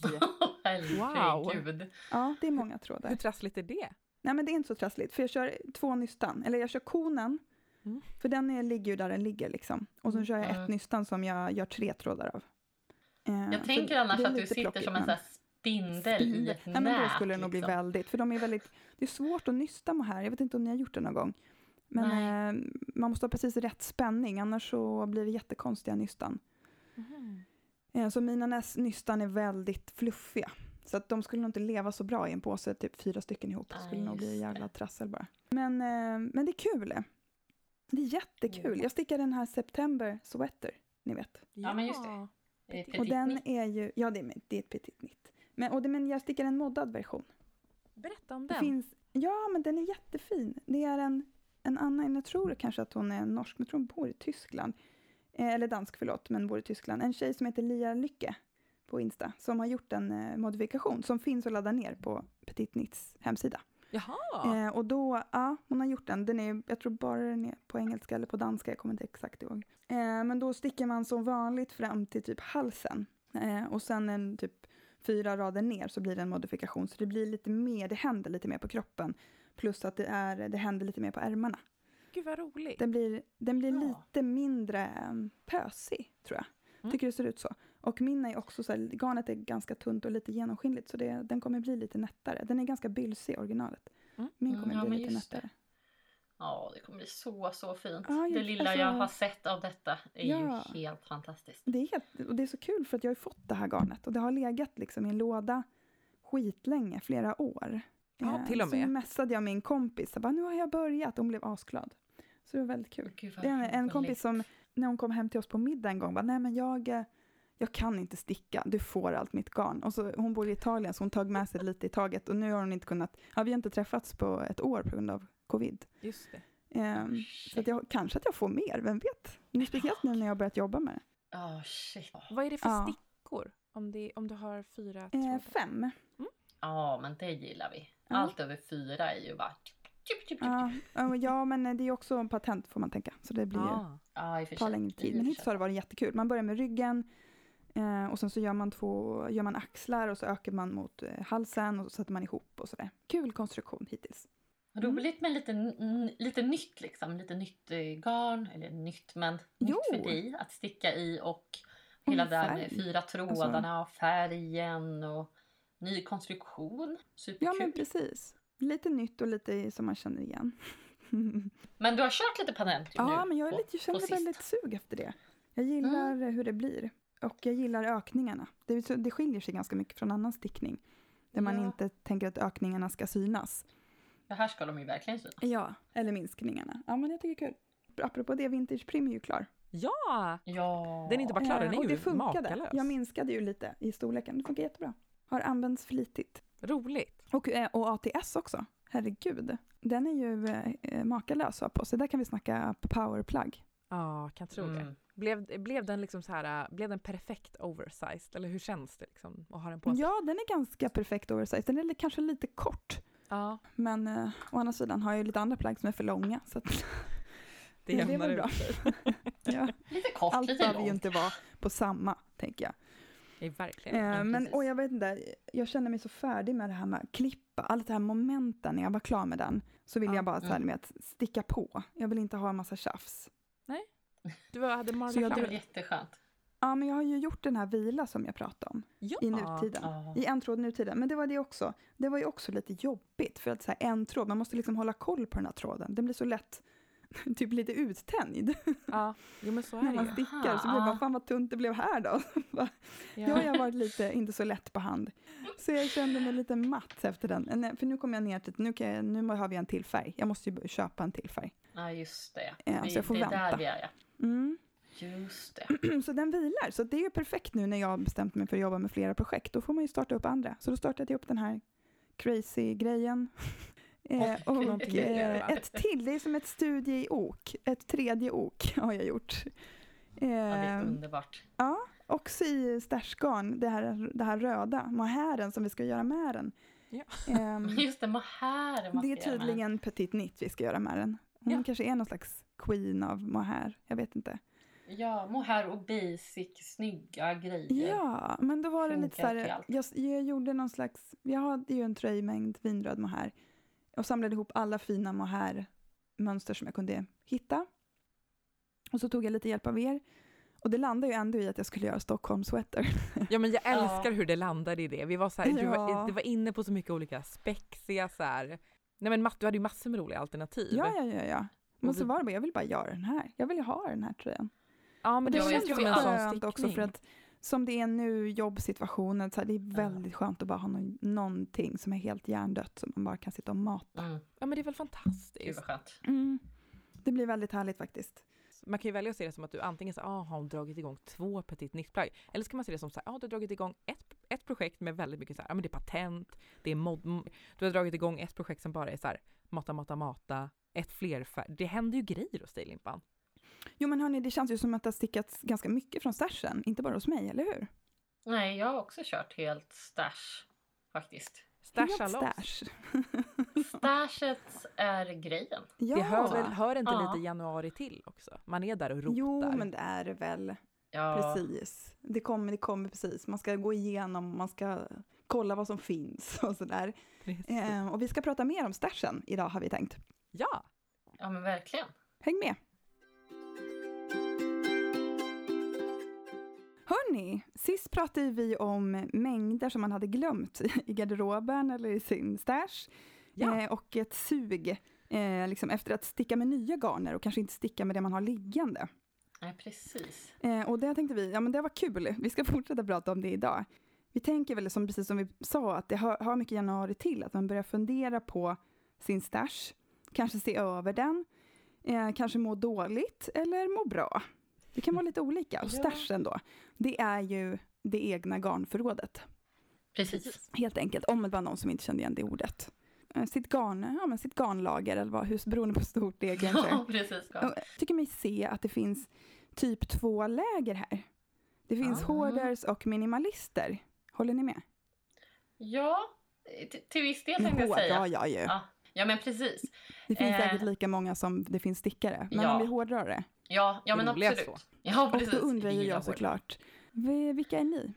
Herregud. Wow. Ja, det är många trådar. Hur trassligt är det? Nej, men det är inte så trassligt. För jag kör två nystan. Eller jag kör konen. Mm. För den är, ligger ju där den ligger liksom. Och så kör jag ett Mm. nystan som jag gör tre trådar av. Eh, Jag så tänker det annars är att du lite sitter plockigt, som en men- sån här spindel, i ett Nej, men då nät, skulle det nog bli liksom. väldigt. För de är väldigt, det är svårt att nysta med här. Jag vet inte om ni har gjort det någon gång. Men eh, man måste ha precis rätt spänning. Annars så blir det jättekonstiga nystan. Mm. Eh, så mina näs, nystan är väldigt fluffiga. Så att de skulle nog inte leva så bra i en påse, typ fyra stycken ihop. Det skulle Ah, nog bli just jävla det. trassel bara. Men, eh, men det är kul. Det är jättekul. Jag stickar den här September Sweater, ni vet. Ja, men just det. Det är Och petit den knit. är ju, ja det är, det är ett petit knit. Men, och det, men jag stickar en moddad version. Berätta om Det den. finns, ja men den är jättefin. Det är en, en annan, jag tror kanske att hon är norsk, men jag tror hon bor i Tyskland. Eh, eller dansk, förlåt, men bor i Tyskland. En tjej som heter Lia Lycke på Insta, som har gjort en eh, modifikation som finns att ladda ner på Petit Knits hemsida. Jaha! Eh, och då, ja, hon har gjort den. Den är, jag tror bara den är på engelska eller på danska, jag kommer inte exakt ihåg. Eh, men då sticker man som vanligt fram till typ halsen. Eh, och sen en typ fyra rader ner så blir det en modifikation. Så det blir lite mer, det händer lite mer på kroppen. Plus att det, är, det händer lite mer på ärmarna. Gud vad roligt. Den blir, den blir Ja. lite mindre um, pösig, tror jag. Mm. Tycker det ser ut så. Och min är också så här, garnet är ganska tunt och lite genomskinligt. Så det, den kommer bli lite nättare. Den är ganska bylsig, originalet. Mm. Min kommer Mm, ja, bli men lite just det. nättare. Ja, det kommer bli så, så fint. Ja, jag- det lilla alltså- jag har sett av detta är Ja. ju helt fantastiskt. Det är, helt, och det är så kul för att jag har ju fått det här garnet. Och det har legat liksom i en låda skitlänge, flera år. Ja, Eh, till och Så med. messade jag min kompis. Jag bara, nu har jag börjat. Hon blev asglad. Så det var väldigt kul. Gud, vad Det är en, en roligt. kompis som, när hon kom hem till oss på middag en gång, bara, nej men jag, eh, jag kan inte sticka, du får allt mitt garn. Och så, hon bor i Italien så hon tog med sig lite i taget. Och nu har hon inte kunnat, ja, vi har inte träffats på ett år på grund av covid. Just det. Ehm, så att jag, kanske att jag får mer, vem vet? Nu, speciellt nu när jag har börjat jobba med det. Oh, shit. Vad är det för Ja. stickor? Om, det, om du har fyra Eh, trådar? fem. Ja, men det gillar vi. Ja. Allt över fyra är ju bara... Tjup, tjup, tjup, Ja, tjup. ja, ja, men det är också en patent får man tänka. Så det blir ju, Ah. Ja, i och för tar sig. längre I tid. och Men för hittills har det varit jättekul. Man börjar med ryggen. Eh, och sen så gör man, två, gör man axlar och så ökar man mot eh, halsen. Och så sätter man ihop och sådär. Kul konstruktion hittills. Roligt med lite, n- lite nytt liksom. Lite nytt eh, garn. Eller nytt, men Jo. nytt för dig att sticka i. Och hela Och där färg. Alltså- med fyra trådarna och färgen och ny konstruktion. Superkul. Ja, men precis. Lite nytt och lite som man känner igen. Men du har kört lite patent nu. Ja, men jag, är på- lite, jag på känner sist. väldigt sug efter det. Jag gillar hur det blir. Och jag gillar ökningarna. Det, är så- det skiljer sig ganska mycket från annan stickning. Där man Ja. inte tänker att ökningarna ska synas. Det här ska de ju verkligen synas. Ja, eller minskningarna. Ja, men jag tycker det är kul. Apropå det, Vintage Prim är ju klar. Ja! Ja. Den är inte bara klar, Eh, den är och ju det funkade. makalös. Jag minskade ju lite i storleken. Det funkar jättebra. Har använts flitigt. Roligt. Och, eh, och A T S också. Herregud. Den är ju eh, makalös att ha på sig. Där kan vi snacka powerplug. Ja, kan tro det. Mm. Blev, blev den liksom så här, blev den perfekt oversized? Eller hur känns det liksom att ha den på sig? Ja, den är ganska perfekt oversized. Den är li- kanske lite kort. Ja, Men eh, å andra sidan har jag ju lite andra plagg som är för långa. Så att, det Ja, det jämnar var bra. ut sig. ja, Lite kort, allt lite behöver ju långt. inte vara på samma, tänker jag. Det är verkligen. Eh, Ja, men precis. och jag vet inte, jag känner mig så färdig med det här med att klippa. Allt det här momenten, när jag var klar med den. Så vill Ja, jag bara så här mm. med att sticka på. Jag vill inte ha en massa tjafs. Du hade Så Marla jag Det fram. är väl jätteskönt. Ja, men jag har ju gjort den här vila som jag pratade om Ja. i nutiden. Ja. I en tråd nutiden. Men det var det också. Det var ju också lite jobbigt för att så här, en tråd, man måste liksom hålla koll på den här tråden. Den blir så lätt typ lite uttänjd Ja, jo, men så är när det man ju. stickar. Så blir det bara, fan vad tunt det blev här då. Bara, Ja. Jag har varit lite, inte så lätt på hand. Så jag kände mig lite matt efter den. Nej, för nu kommer jag ner till, nu, kan jag, nu har vi en till färg. Jag måste ju köpa en till färg. Ja, just det. Ja, vi, så jag får det är vänta. där vi är, ja. Mm. Just det. Så den vilar. Så det är ju perfekt nu när jag har bestämt mig för att jobba med flera projekt. Då får man ju starta upp andra. Så då startade jag upp den här crazy-grejen. eh, och någonting mer, va? eh, ett till, det är som ett studie i ok. Ett tredje ok har jag gjort. Eh, Ja, det är underbart. ja, också i stashgarn, det här, det här röda, mohären som vi ska göra med den. Ja. Ehm, Just det, mohair. det är tydligen petit knit vi ska göra med den. Hon Ja. kanske är någon slags queen av mohair, jag vet inte. Ja, mohair och basic, snygga grejer. Ja, men då var det lite så Funkar till här, allt. jag, jag gjorde någon slags, jag hade ju en tröjmängd vinröd mohair och samlade ihop alla fina mohair-mönster som jag kunde hitta. Och så tog jag lite hjälp av er. Och det landade ju ändå i att jag skulle göra Stockholm sweater. Ja, men jag Ja. älskar hur det landade i det. Vi var så här, du var, Ja. det var inne på så mycket olika spexiga så här. Nej, men Matt, du hade ju massor med roliga alternativ. Ja, ja, ja, ja. Men Och så vi- var det bara, jag vill bara göra den här. Jag vill ju ha den här tröjan. Ja, men Och det, det Ja, jag känns känns tror som vi en alla- sån skönt också för att som det är nu jobbsituationen, så här, det är väldigt skönt att bara ha någon, någonting som är helt hjärndött som man bara kan sitta och mata. Mm, Ja, men det är väl gud fantastiskt. vad skönt. Mm. Det blir väldigt härligt faktiskt. Man kan ju välja att se det som att du antingen så, ah, har hon dragit igång två petit nittplagg. Eller ska man se det som så här, ah, du har dragit igång ett, ett projekt med väldigt mycket så här, ah, men det är patent, det är mod, m- du har dragit igång ett projekt som bara är så här, mata, mata, mata, ett flerfärg. Det händer ju grejer hos dig, Limpan. Jo men hörni, det känns ju som att det har stickats ganska mycket från stashen, inte bara hos mig, eller hur? Nej, jag har också kört helt stash faktiskt. Stasha Helt loss. stash. Stashet är grejen. Ja. Det hör, väl, hör inte Ja. lite januari till också? Man är där och rotar. Jo, men det är det väl. Ja, Precis. Det kommer, det kommer precis. Man ska gå igenom, man ska kolla vad som finns och sådär. Precis. Eh, och vi ska prata mer om stashen idag har vi tänkt. Ja, ja men verkligen. Häng med! Hörni, sist pratade vi om mängder som man hade glömt i garderoben eller i sin stash. ja. Eh, och ett sug eh, liksom efter att sticka med nya garner och kanske inte sticka med det man har liggande. Nej, precis. Eh, och det tänkte vi, ja men det var kul. Vi ska fortsätta prata om det idag. Vi tänker väl som, precis som vi sa att det hör, hör mycket januari till. Att man börjar fundera på sin stash. Kanske se över den. Eh, kanske må dåligt eller må bra. Det kan vara lite olika. Och Ja. stashen då, det är ju det egna garnförrådet. Precis. Helt enkelt, om det var någon som inte kände igen det ordet. Eh, sitt garn, ja men sitt garnlager eller vad, hur, beroende på hur stort det är kanske. Ja, precis. Ja. Och jag tycker mig se att det finns typ två läger här. Det finns Ah. hoarders och minimalister. Håller ni med? Ja, t- till viss del tänkte jag Hård, säga. ja, ja, ju. Ja. Ja, men precis. Det finns Eh. säkert lika många som det finns stickare. Men Ja. om vi hårdrar det. Ja, ja men Roliga absolut. så. Ja, Och precis. då undrar ju Vi gillar jag såklart. vi- Vilka är ni?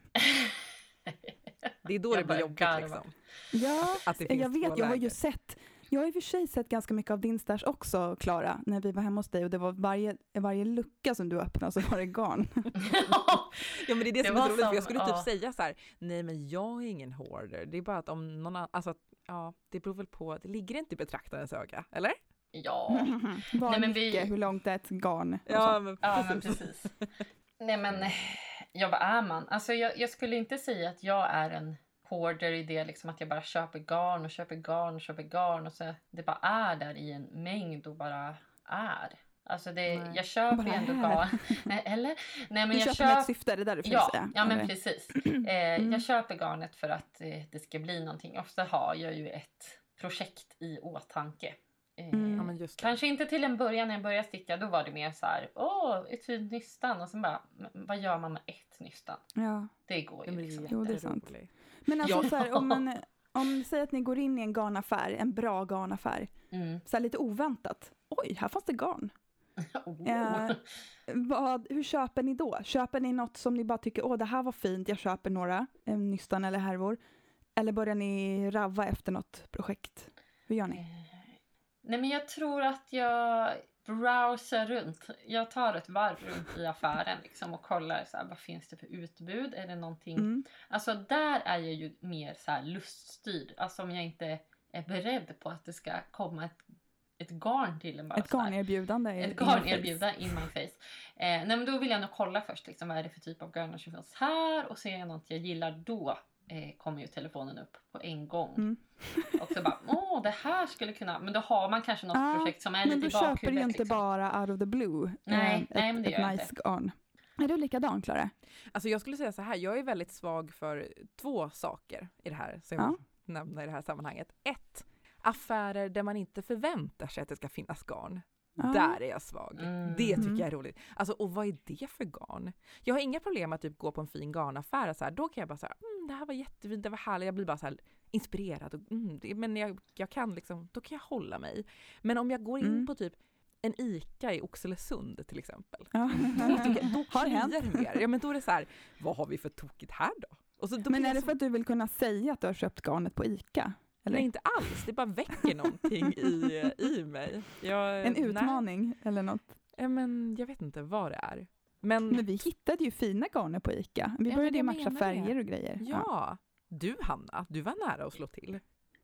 Det är då Jag det blir börjar jobbigt garva. liksom. Ja, Att det finns jag två vet. Jag har ju läger. sett. Jag har i och för sig sett ganska mycket av din stash också, Klara. När vi var hemma hos dig. Och det var varje, varje lucka som du öppnade så var det garn. Ja, men det är det, Det som var är så roligt, för som- jag skulle typ ja. säga så här, nej men jag är ingen hoarder. Det är bara att om någon annan, alltså ja, det beror väl på, det ligger inte i betraktarens öga, eller? Ja. Var Nej, men mycket, vi- hur långt är ett garn? och Ja, så. men Ja, men precis. precis. Nej, men eh, ja, vad är man? Alltså, jag, jag skulle inte säga att jag är en hoarder i det liksom att jag bara köper garn och köper garn och köper garn och så det bara är där i en mängd och bara är. Alltså det, Nej. jag köper ju Bara ändå är. garn. Nej, eller? Nej, men Du jag köper med köper... ett syfte, det är där du försöker Ja, säga. ja men eller? precis. Eh, Jag köper garnet för att eh, det ska bli någonting. Ofta har jag ju ett projekt i åtanke. Eh, Mm. Ja, men just det. Kanske inte till en början när jag började sticka. Då var det mer så här, åh, ett fint nystan. Och sen bara, "Men vad gör man med ett nystan? Ja. Det går Det ju blir liksom Jo, det är inte. sant. jätteroligt. Men alltså Ja. så här, om man om säger att ni går in i en garnaffär, en bra garnaffär, Mm. så här lite oväntat. Oj, här fanns det garn. Oh. Eh, vad, hur köper ni då? Köper ni något som ni bara tycker, åh det här var fint, jag köper några, eh, nystan eller härvor? Eller börjar ni ravva efter något projekt? Hur gör ni? Nej, men jag tror att jag browsa runt. Jag tar ett varv runt i affären liksom och kollar så här, vad finns det för utbud? Är det någonting? Mm. Alltså där är jag ju mer så här luststyrd. Alltså om jag inte är beredd på att det ska komma ett, ett garn till en. Bara Ett garnerbjudande. Ett garnerbjudande in my face. Eh, nej men då vill jag nog kolla först liksom, vad är det för typ av garn som finns här. Och ser jag något jag gillar då eh, kommer ju telefonen upp på en gång. Mm. Och så bara, åh det här skulle kunna. Men då har man kanske något ah, projekt som är lite i bakhuvudet. Men du köper ju inte liksom. Bara out of the blue. Nej, ett, nej men det ett gör nice inte. Garn. Är du likadan, Klara? Alltså jag skulle säga så här, jag är väldigt svag för två saker i det här som jag ja. nämner i det här sammanhanget. Ett, affärer där man inte förväntar sig att det ska finnas garn. Ah. Där är jag svag. Mm. Det tycker jag är roligt. Alltså, och vad är det för garn? Jag har inga problem med att typ gå på en fin garnaffär och så här, då kan jag bara säga, mm, det här var jättefint, det var härligt. Jag blir bara så här inspirerad. Och, mm, det, men jag, jag kan liksom, då kan jag hålla mig. Men om jag går in mm. på typ en Ica i Oxelösund till exempel. Ja. Då, tycker jag, då kliar det mer. Ja, men då är det så här, vad har vi för tokigt här då? Och så, då men är det så... för att du vill kunna säga att du har köpt garnet på Ica? Eller? Nej, inte alls. Det bara väcker någonting i, i mig. Jag, en utmaning nej. Eller något? Ja, men jag vet inte vad det är. Men, men vi hittade ju fina garner på Ica. Vi ja, började ju matcha färger det. Och grejer. Ja. ja. Du, Hanna, du var nära att slå till.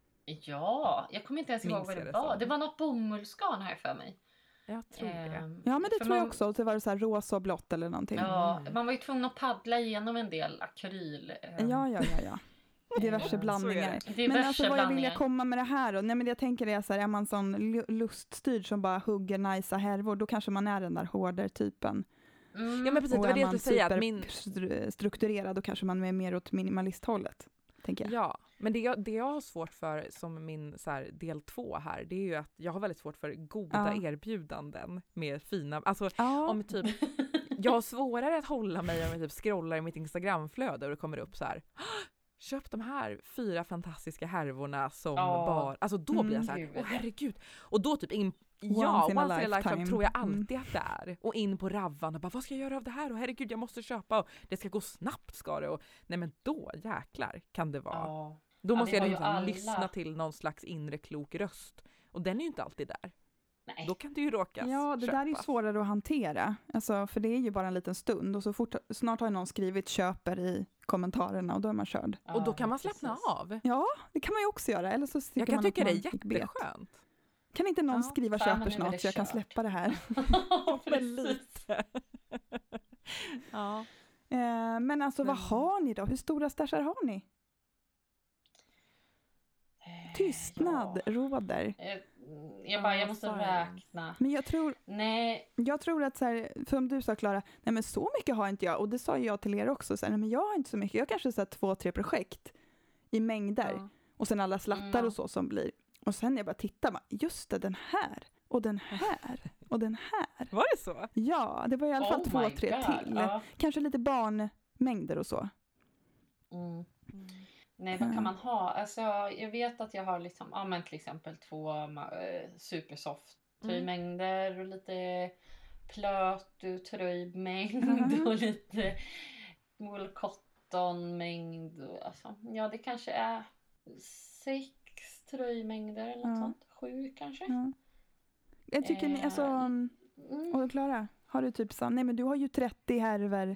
Ja, jag kommer inte ens ihåg vad det, det var. Så. Det var något bomullsgarn här för mig. Jag tror det. Ehm, ja, men det tror man, jag också. Det var så här rosa och blått eller någonting. Ja, mm. man var ju tvungen att paddla igenom en del akryl. Ja, ja, ja, ja. Diverse blandningar. Diverse men alltså vad jag vill blandningar. Jag komma med det här då? Nej, men jag tänker det är så här, är man sån luststyrd som bara hugger nice härvor, då kanske man är den där hårdare typen. Mm. Ja, men precis, det var det jag skulle säga. Att min... strukturerad, då kanske man är mer åt minimalisthållet, tänker jag. Ja, men det jag, det jag har svårt för som min så här, del två här, det är ju att jag har väldigt svårt för goda ja. erbjudanden med fina, alltså ja. om typ, jag har svårare att hålla mig om jag typ scrollar i mitt Instagramflöde och det kommer upp så här, köp de här fyra fantastiska härvorna som oh. bara, alltså då mm, blir jag så här, åh herregud, och då typ in, ja, once in a lifetime, lifetime tror jag alltid mm. att det är, och in på Ravvan och bara, vad ska jag göra av det här, och herregud jag måste köpa, och det ska gå snabbt ska det, och nej men då jäklar kan det vara oh. då ja, måste jag liksom alla... lyssna till någon slags inre klok röst, och den är ju inte alltid där. Nej. Då kan det ju råkas Ja, det köpa. där är ju svårare att hantera. Alltså, för det är ju bara en liten stund. Och så fort, snart har någon skrivit köper i kommentarerna och då är man körd. Ja, och då kan man slappna precis. av. Ja, det kan man ju också göra. Eller så jag kan man tycka det är jätteskönt. Kan inte någon ja, skriva köper snart så jag kan släppa det här? lite. ja. eh, men alltså, vad har ni då? Hur stora stashar har ni? Tystnad ja. råder. Jag bara, jag måste räkna. Men jag tror, nej. jag tror att så här, som du sa Klara, nej men så mycket har inte jag. Och det sa jag till er också. Så här, nej men jag har inte så mycket. Jag har kanske så här, två, tre projekt i mängder. Ja. Och sen alla slattar mm. och så som blir. Och sen jag bara tittar, just det, den här. Och den här. Och den här. Var det så? Ja, det var i alla fall oh två, tre God. till. Ja. Kanske lite barnmängder och så. Mm. Mm. Nej, vad kan man ha? Alltså, jag vet att jag har liksom, ja men till exempel två äh, supersoft tröjmängder mm. och lite plöt tröjmängd mm. och lite wool cotton-mängd. Alltså, ja, det kanske är sex tröjmängder eller något mm. sånt. Sju kanske. Mm. Jag tycker ni, alltså, mm. och Klara, har du typ så, nej men du har ju trettio härver.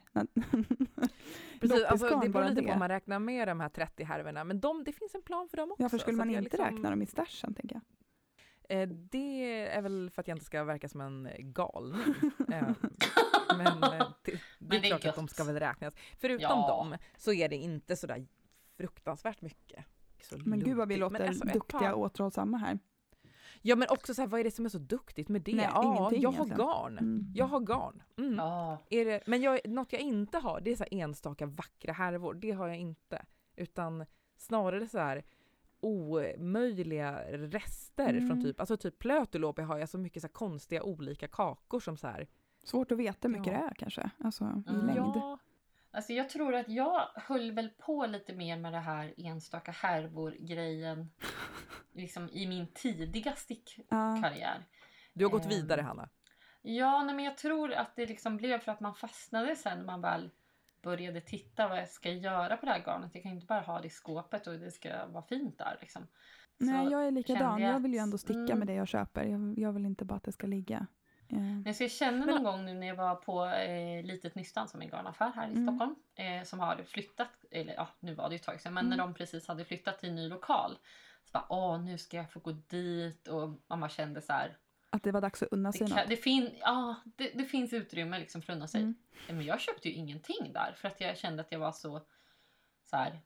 Precis, alltså, det beror lite på om man räknar med de här trettio härvorna. Men de, det finns en plan för dem också. Ja, för skulle man inte liksom... räkna dem i stashen, tänker jag. Eh, det är väl för att jag inte ska verka som en galning. eh, men eh, det, det, det är klart gött. Att de ska väl räknas. Förutom ja. dem så är det inte så där fruktansvärt mycket. Så men gud vad vi låter alltså, duktiga och återhållsamma här. Ja, men också så här, vad är det som är så duktigt med det? Nej, ja, jag har egentligen. garn. Mm. Jag har garn. Mm. Oh. Är det, men jag, något jag inte har, det är så här enstaka vackra härvor. Det har jag inte. Utan snarare så här omöjliga rester mm. från typ, alltså typ plötulopi har jag så mycket så här konstiga olika kakor som så här. Svårt att veta hur mycket ja. det är kanske. Alltså i mm. längd. Ja. Alltså jag tror att jag höll väl på lite mer med det här enstaka härvor-grejen liksom i min tidiga stickkarriär. Du har gått vidare, Hanna. Ja, nej, men jag tror att det liksom blev för att man fastnade sen när man väl började titta vad jag ska göra på det här garnet. Jag kan inte bara ha det i skåpet och det ska vara fint där liksom. Nej, jag är likadan. Jag, jag vill ju ändå sticka mm. med det jag köper. Jag, jag vill inte bara att det ska ligga. Yeah. Jag ska känna någon gång nu när jag var på eh, Litet Nystan som är en garnaffär här i Mm. Stockholm. Eh, som har flyttat, eller ja nu var det ju ett tag sedan, men Mm. när de precis hade flyttat till en ny lokal. Så bara, åh nu ska jag få gå dit och mamma kände så här. Att det var dags att unna Det, sig kan, något. det, fin, ja, det, det finns utrymme liksom för att unna sig. Mm. Men jag köpte ju ingenting där för att jag kände att jag var så, så här.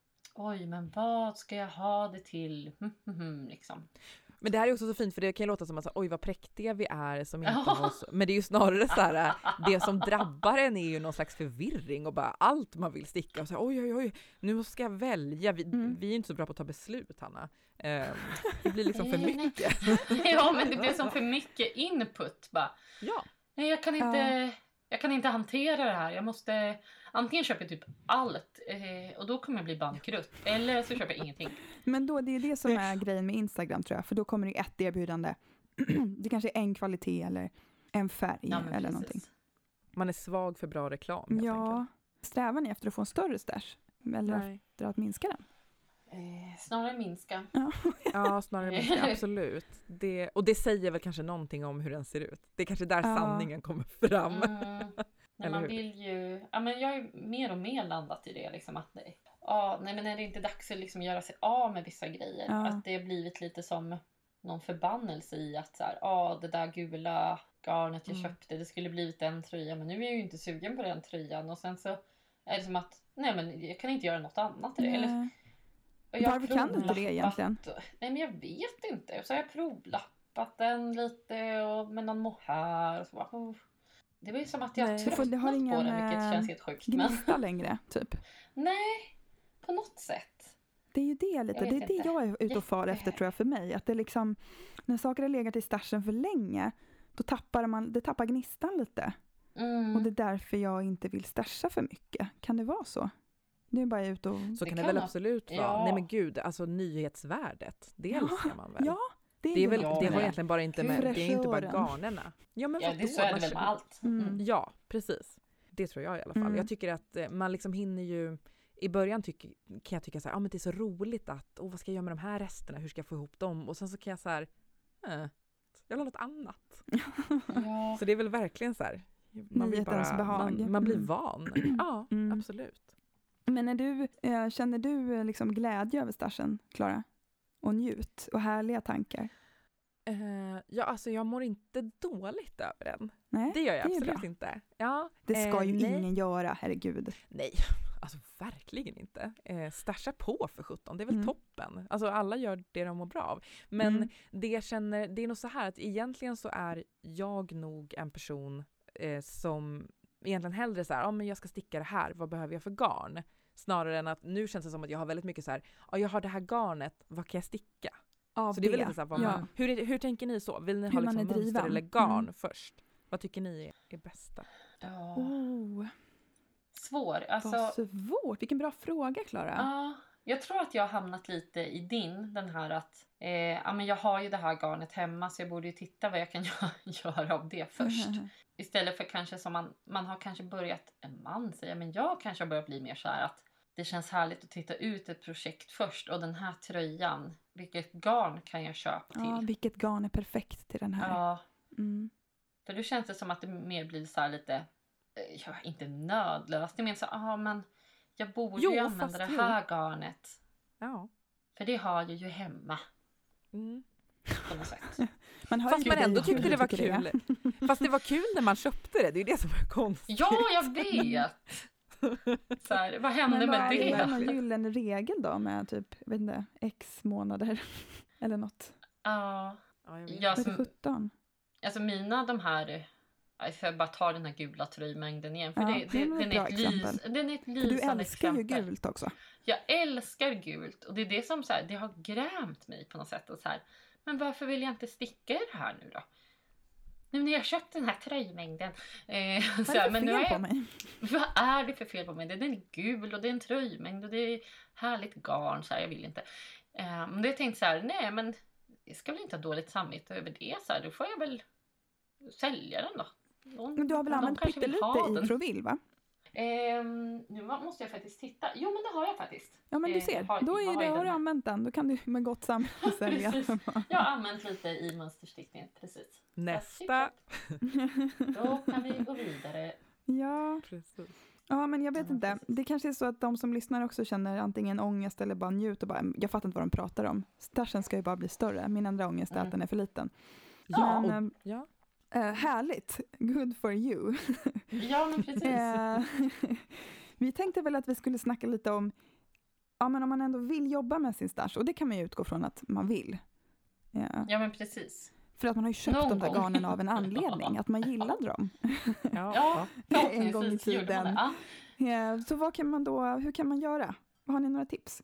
Oj, men vad ska jag ha det till? Mm, mm, mm, liksom. Men det här är också så fint för det kan ju låta som att oj vad präktiga vi är som inte Ja. har så... Men det är ju snarare så här, det som drabbar en är ju någon slags förvirring och bara allt man vill sticka och säga oj oj oj, nu ska jag välja. Vi, Mm. vi är inte så bra på att ta beslut, Hanna. Eh, det blir liksom för Nej, nej. mycket. Ja, men det blir som för mycket input bara. Ja. Nej, jag kan inte, jag kan inte hantera det här. Jag måste antingen köpa typ allt eh, och då kommer jag bli bankrutt. Eller så köper jag ingenting. Men då, det är det som är grejen med Instagram tror jag. För då kommer det ett erbjudande. Det kanske är en kvalitet eller en färg Ja, men eller precis. någonting. Man är svag för bra reklam helt Ja, enkelt. strävar ni efter att få en större stash? Eller Nej. efter att minska den? Eh, snarare minska. Ja, snarare minska, absolut. Det, och det säger väl kanske någonting om hur den ser ut. Det är kanske där Ja. sanningen kommer fram. Mm. Nej, Eller man hur? vill ju, ja, men jag är mer och mer landat i det liksom att nej, ja, nej men är det inte dags att liksom göra sig av med vissa grejer? Ja. Att det har blivit lite som någon förbannelse i att så här, ja det där gula garnet jag Mm. köpte, det skulle blivit en tröja men nu är jag ju inte sugen på den tröjan och sen så är det som att nej men jag kan inte göra något annat i det. Eller, Nej. och jag har Varför kan du inte det provlappat- egentligen? Nej men jag vet inte. Och så har jag provlappat den lite och med någon mohair och så bara, oh. Det var ju som att jag Nej. För tröttnat det har på ingen, den, vilket eh, känns helt sjukt. Men Gnista längre, typ. nej, på något sätt. Det är ju det lite. Jag Det är vet det inte. jag är ute och far efter tror jag för mig. Att det liksom, när saker har legat i stashen för länge, då tappar man, det tappar gnistan lite. Mm. Och det är därför jag inte vill stasha för mycket. Kan det vara så? Det är bara ut och... Så Det kan det kan väl vara. absolut vara. Ja. Nej men gud, alltså nyhetsvärdet, det Ja, älskar man väl? Ja, det är, Det, är ju väl, något det med har det. egentligen bara inte med, det är inte bara Fräschören. garnerna. Ja men Ja, vadå? det så är det Man väl med kö- allt. Mm. Mm. Ja, precis. Det tror jag i alla fall. Mm. Jag tycker att eh, man liksom hinner ju, i början tycker, kan jag tycka så här, ah, men det är så roligt att, oh, vad ska jag göra med de här resterna, hur ska jag få ihop dem? Och sen så kan jag så här, eh, jag vill ha något annat. Ja. Så det är väl verkligen så här, man, blir Nyhetens bara, behag. man, man blir Mm. van. Ja, Mm. absolut. Men är du, eh, känner du eh, liksom glädje över stashen, Klara? Och njut? Och härliga tankar? Eh, ja, alltså jag mår inte dåligt över den. Nej, Det gör jag det är absolut bra. inte. Ja, det ska eh, ju nej. ingen göra, herregud. Nej, alltså verkligen inte. Eh, stasha på för sjutton, det är väl Mm. toppen. Alltså alla gör det de mår bra av. Men Mm. det jag känner, det är nog så här att egentligen så är jag nog en person eh, som egentligen hellre så här, ja men jag ska sticka det här, vad behöver jag för garn? Snarare än att nu känns det som att jag har väldigt mycket så här, ja jag har det här garnet, vad kan jag sticka? Av Så det är väl lite så här, vad ja. man, hur, är- hur tänker ni så? Vill ni Hur ha man liksom är mönster driven. eller garn Mm. först? Vad tycker ni är, är bästa? Ja. Oh, Svår. vad Alltså, svårt. Vilken bra fråga, Klara. ja, jag tror att jag har hamnat lite i din, den här att eh, ja, men jag har ju det här garnet hemma så jag borde ju titta vad jag kan göra, göra av det först. Istället för kanske som man, man har kanske börjat, en man säger, men jag kanske har börjat bli mer så här att det känns härligt att titta ut ett projekt först och den här tröjan, vilket garn kan jag köpa till? Ja, vilket garn är perfekt till den här? Ja, Mm. för då känns det som att det mer blir så här lite, eh, ja, inte nödlöst, det är mer så ja ah, men jag borde Jo, ju använda fast det jo. här garnet. Ja. För det har jag ju hemma Mm. på något sätt. Man hör Fast ju man dig ändå hur tyckte du det var tycker kul. Fast det var kul när man köpte det, det är ju det som är konstigt. Ja, jag vet! Så här, vad hände Men vad med är det det? någon gyllene regel då med typ, jag vet inte, x månader eller något? Ja, Ja, jag vet. jag Vad är det som, sjutton? alltså mina de här, jag får bara ta den här gula tröjmängden igen. För Ja, det, det det, är ett den, är bra ett lys, exempel. den är ett För du lysande älskar ju exempel. gult också. Jag älskar gult och det är det som så här, det har grämt mig på något sätt. Och så här, men varför vill jag inte sticka i det här nu då? Nu när jag köpt den här tröjmängden. Eh, Vad så är det här, för men nu fel är på jag, mig? vad är det för fel på mig? Den är gul och det är en tröjmängd och det är härligt garn. Så här, jag vill inte. Eh, men det jag tänkte så här, nej men jag ska väl inte ha dåligt samvete över det. Så här, då får jag väl sälja den då. Någon, Men du har väl de använt kanske vill ha pyttelite i den. Troville, va? Ehm, nu måste jag faktiskt titta. Jo, men det har jag faktiskt. Ja, men du Eh, ser. har- Då är vad ju har det, jag har du den här? använt den. Då kan du med gott samvete sälja. Precis. Jag har använt lite i mönsterstickningen, precis. Nästa. Då kan vi gå vidare. Ja. Precis. Ja, men jag vet Ja, inte. precis. Det kanske är så att de som lyssnar också känner antingen ångest eller bara njut och bara, jag fattar inte vad de pratar om. Stashen ska ju bara bli större. Min enda ångest är Mm. att den är för liten. Ja, Men, och, ja. äh, härligt. Good for you. Ja, men precis. Eh, vi tänkte väl att vi skulle snacka lite om, ja, men om man ändå vill jobba med sin stash, och det kan man ju utgå från att man vill. Eh, Ja, men precis. för att man har ju köpt Någon de där gång. garnen av en anledning, att man gillade dem. Ja, Ja, ja. En gång i förhoppningsvis gjorde man tiden. det. Ja. Eh, så vad kan man då, hur kan man göra? Har ni några tips?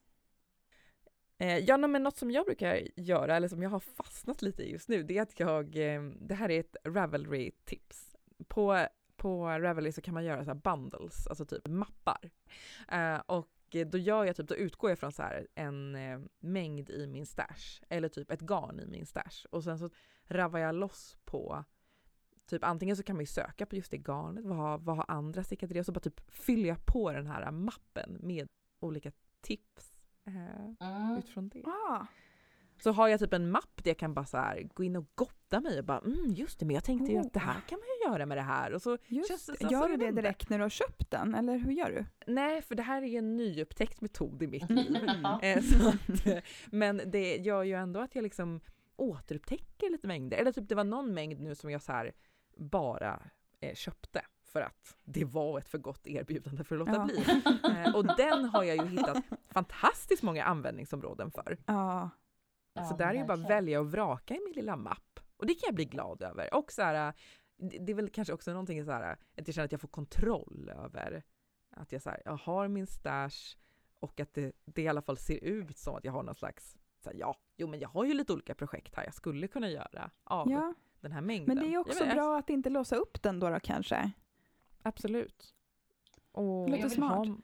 Eh, ja, men något som jag brukar göra, eller som jag har fastnat lite i just nu, det är att jag, eh, det här är ett Ravelry-tips. På, på Ravelry så kan man göra så här bundles, alltså typ mappar. Eh, och då gör jag typ, då utgår jag från så här en eh, mängd i min stash, eller typ ett garn i min stash. Och sen så ravar jag loss på, typ antingen så kan man ju söka på just det garnet, vad har, vad har andra stickat i det, och så bara typ fyller jag på den här mappen med olika tips. Eh, Mm. utifrån det. Ah, Så har jag typ en mapp där jag kan bara så här gå in och gotta mig och bara, mm, just det, men jag tänkte ju Oh. att det här kan man ju göra med det här. Och så just känns det det. så- Gör så du jag det vet inte. direkt när du har köpt den, eller hur gör du? Nej, för det här är ju en nyupptäckt metod i mitt liv. Ja. Eh, så att, eh, men det gör ju ändå att jag liksom återupptäcker lite mängder. Eller typ det var någon mängd nu som jag så här bara eh, köpte för att det var ett för gott erbjudande för att låta Ja. bli. Eh, och den har jag ju hittat fantastiskt många användningsområden för. Ja, Ja, Så där är ju bara verkligen. välja och vraka i min lilla mapp. Och det kan jag bli glad över. Och så här, det det är väl kanske också någonting så här, att jag känner att jag får kontroll över att jag, så här, jag har min stash och att det, det i alla fall ser ut som att jag har någon slags, så här, ja, jo men jag har ju lite olika projekt här jag skulle kunna göra av ja. den här mängden. Men det är också Jag vet, bra att inte låsa upp den då, då kanske. Absolut. Och Låter jag vill smart. ha-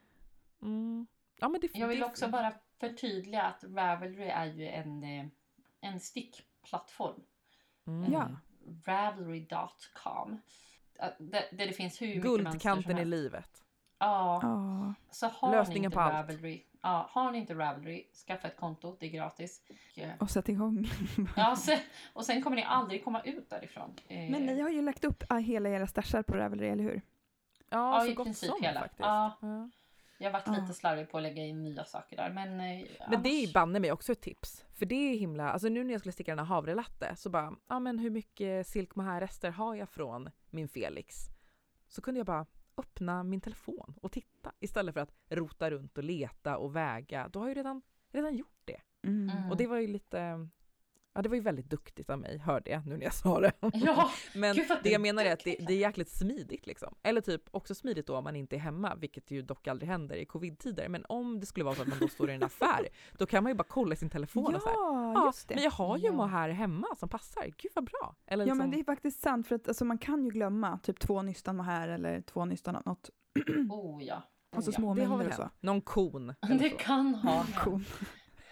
Mm, ja, men det, Jag vill det, också bara förtydliga att Ravelry är ju en, eh, en stickplattform. Mm. Ja. Ravelry dot com. Där, där det finns hur mycket mönster som Guldkanten i helst. livet. Ja, Ja, så har Lösningen ni inte på allt. Ravelry, ja, har ni inte Ravelry, skaffa ett konto, det är gratis. Och, eh, och sätt igång. ja, se, och sen kommer ni aldrig komma ut därifrån. Eh, Men ni har ju lagt upp ah, hela era stashar på Ravelry, eller hur? Ja, Ja, så i gott princip som hela. faktiskt. Ja. Ja. Jag har varit Ja. lite slarvig på att lägga in nya saker där. Men, eh, Men det är annars- banne mig också ett tips. För det är himla, alltså nu när jag skulle sticka den här havrelatte så bara, ja men hur mycket silk mohair-rester har jag från min Felix? Så kunde jag bara öppna min telefon och titta istället för att rota runt och leta och väga. Då har jag ju redan, redan gjort det. Mm. Mm. Och det var ju lite, ja det var ju väldigt duktigt av mig, hörde jag nu när jag sa det. Ja, Men Gud, vad det du jag menar är att det, duktig. det är jäkligt smidigt liksom. Eller typ också smidigt då om man inte är hemma, vilket ju dock aldrig händer i covid-tider. Men om det skulle vara så att man då står i en affär, då kan man ju bara kolla sin telefon och så här, Ja, ja, just det. men jag har ju Ja. mohair hemma som passar. Gud vad bra. Eller Ja, liksom, men det är faktiskt sant, för att alltså, man kan ju glömma typ två nystan med här eller två nystan av något. oh ja. Och så Oh, små det har mängder väl och så. hänt. Någon kon. ja. eller Det så. kan ha Cool. hänt.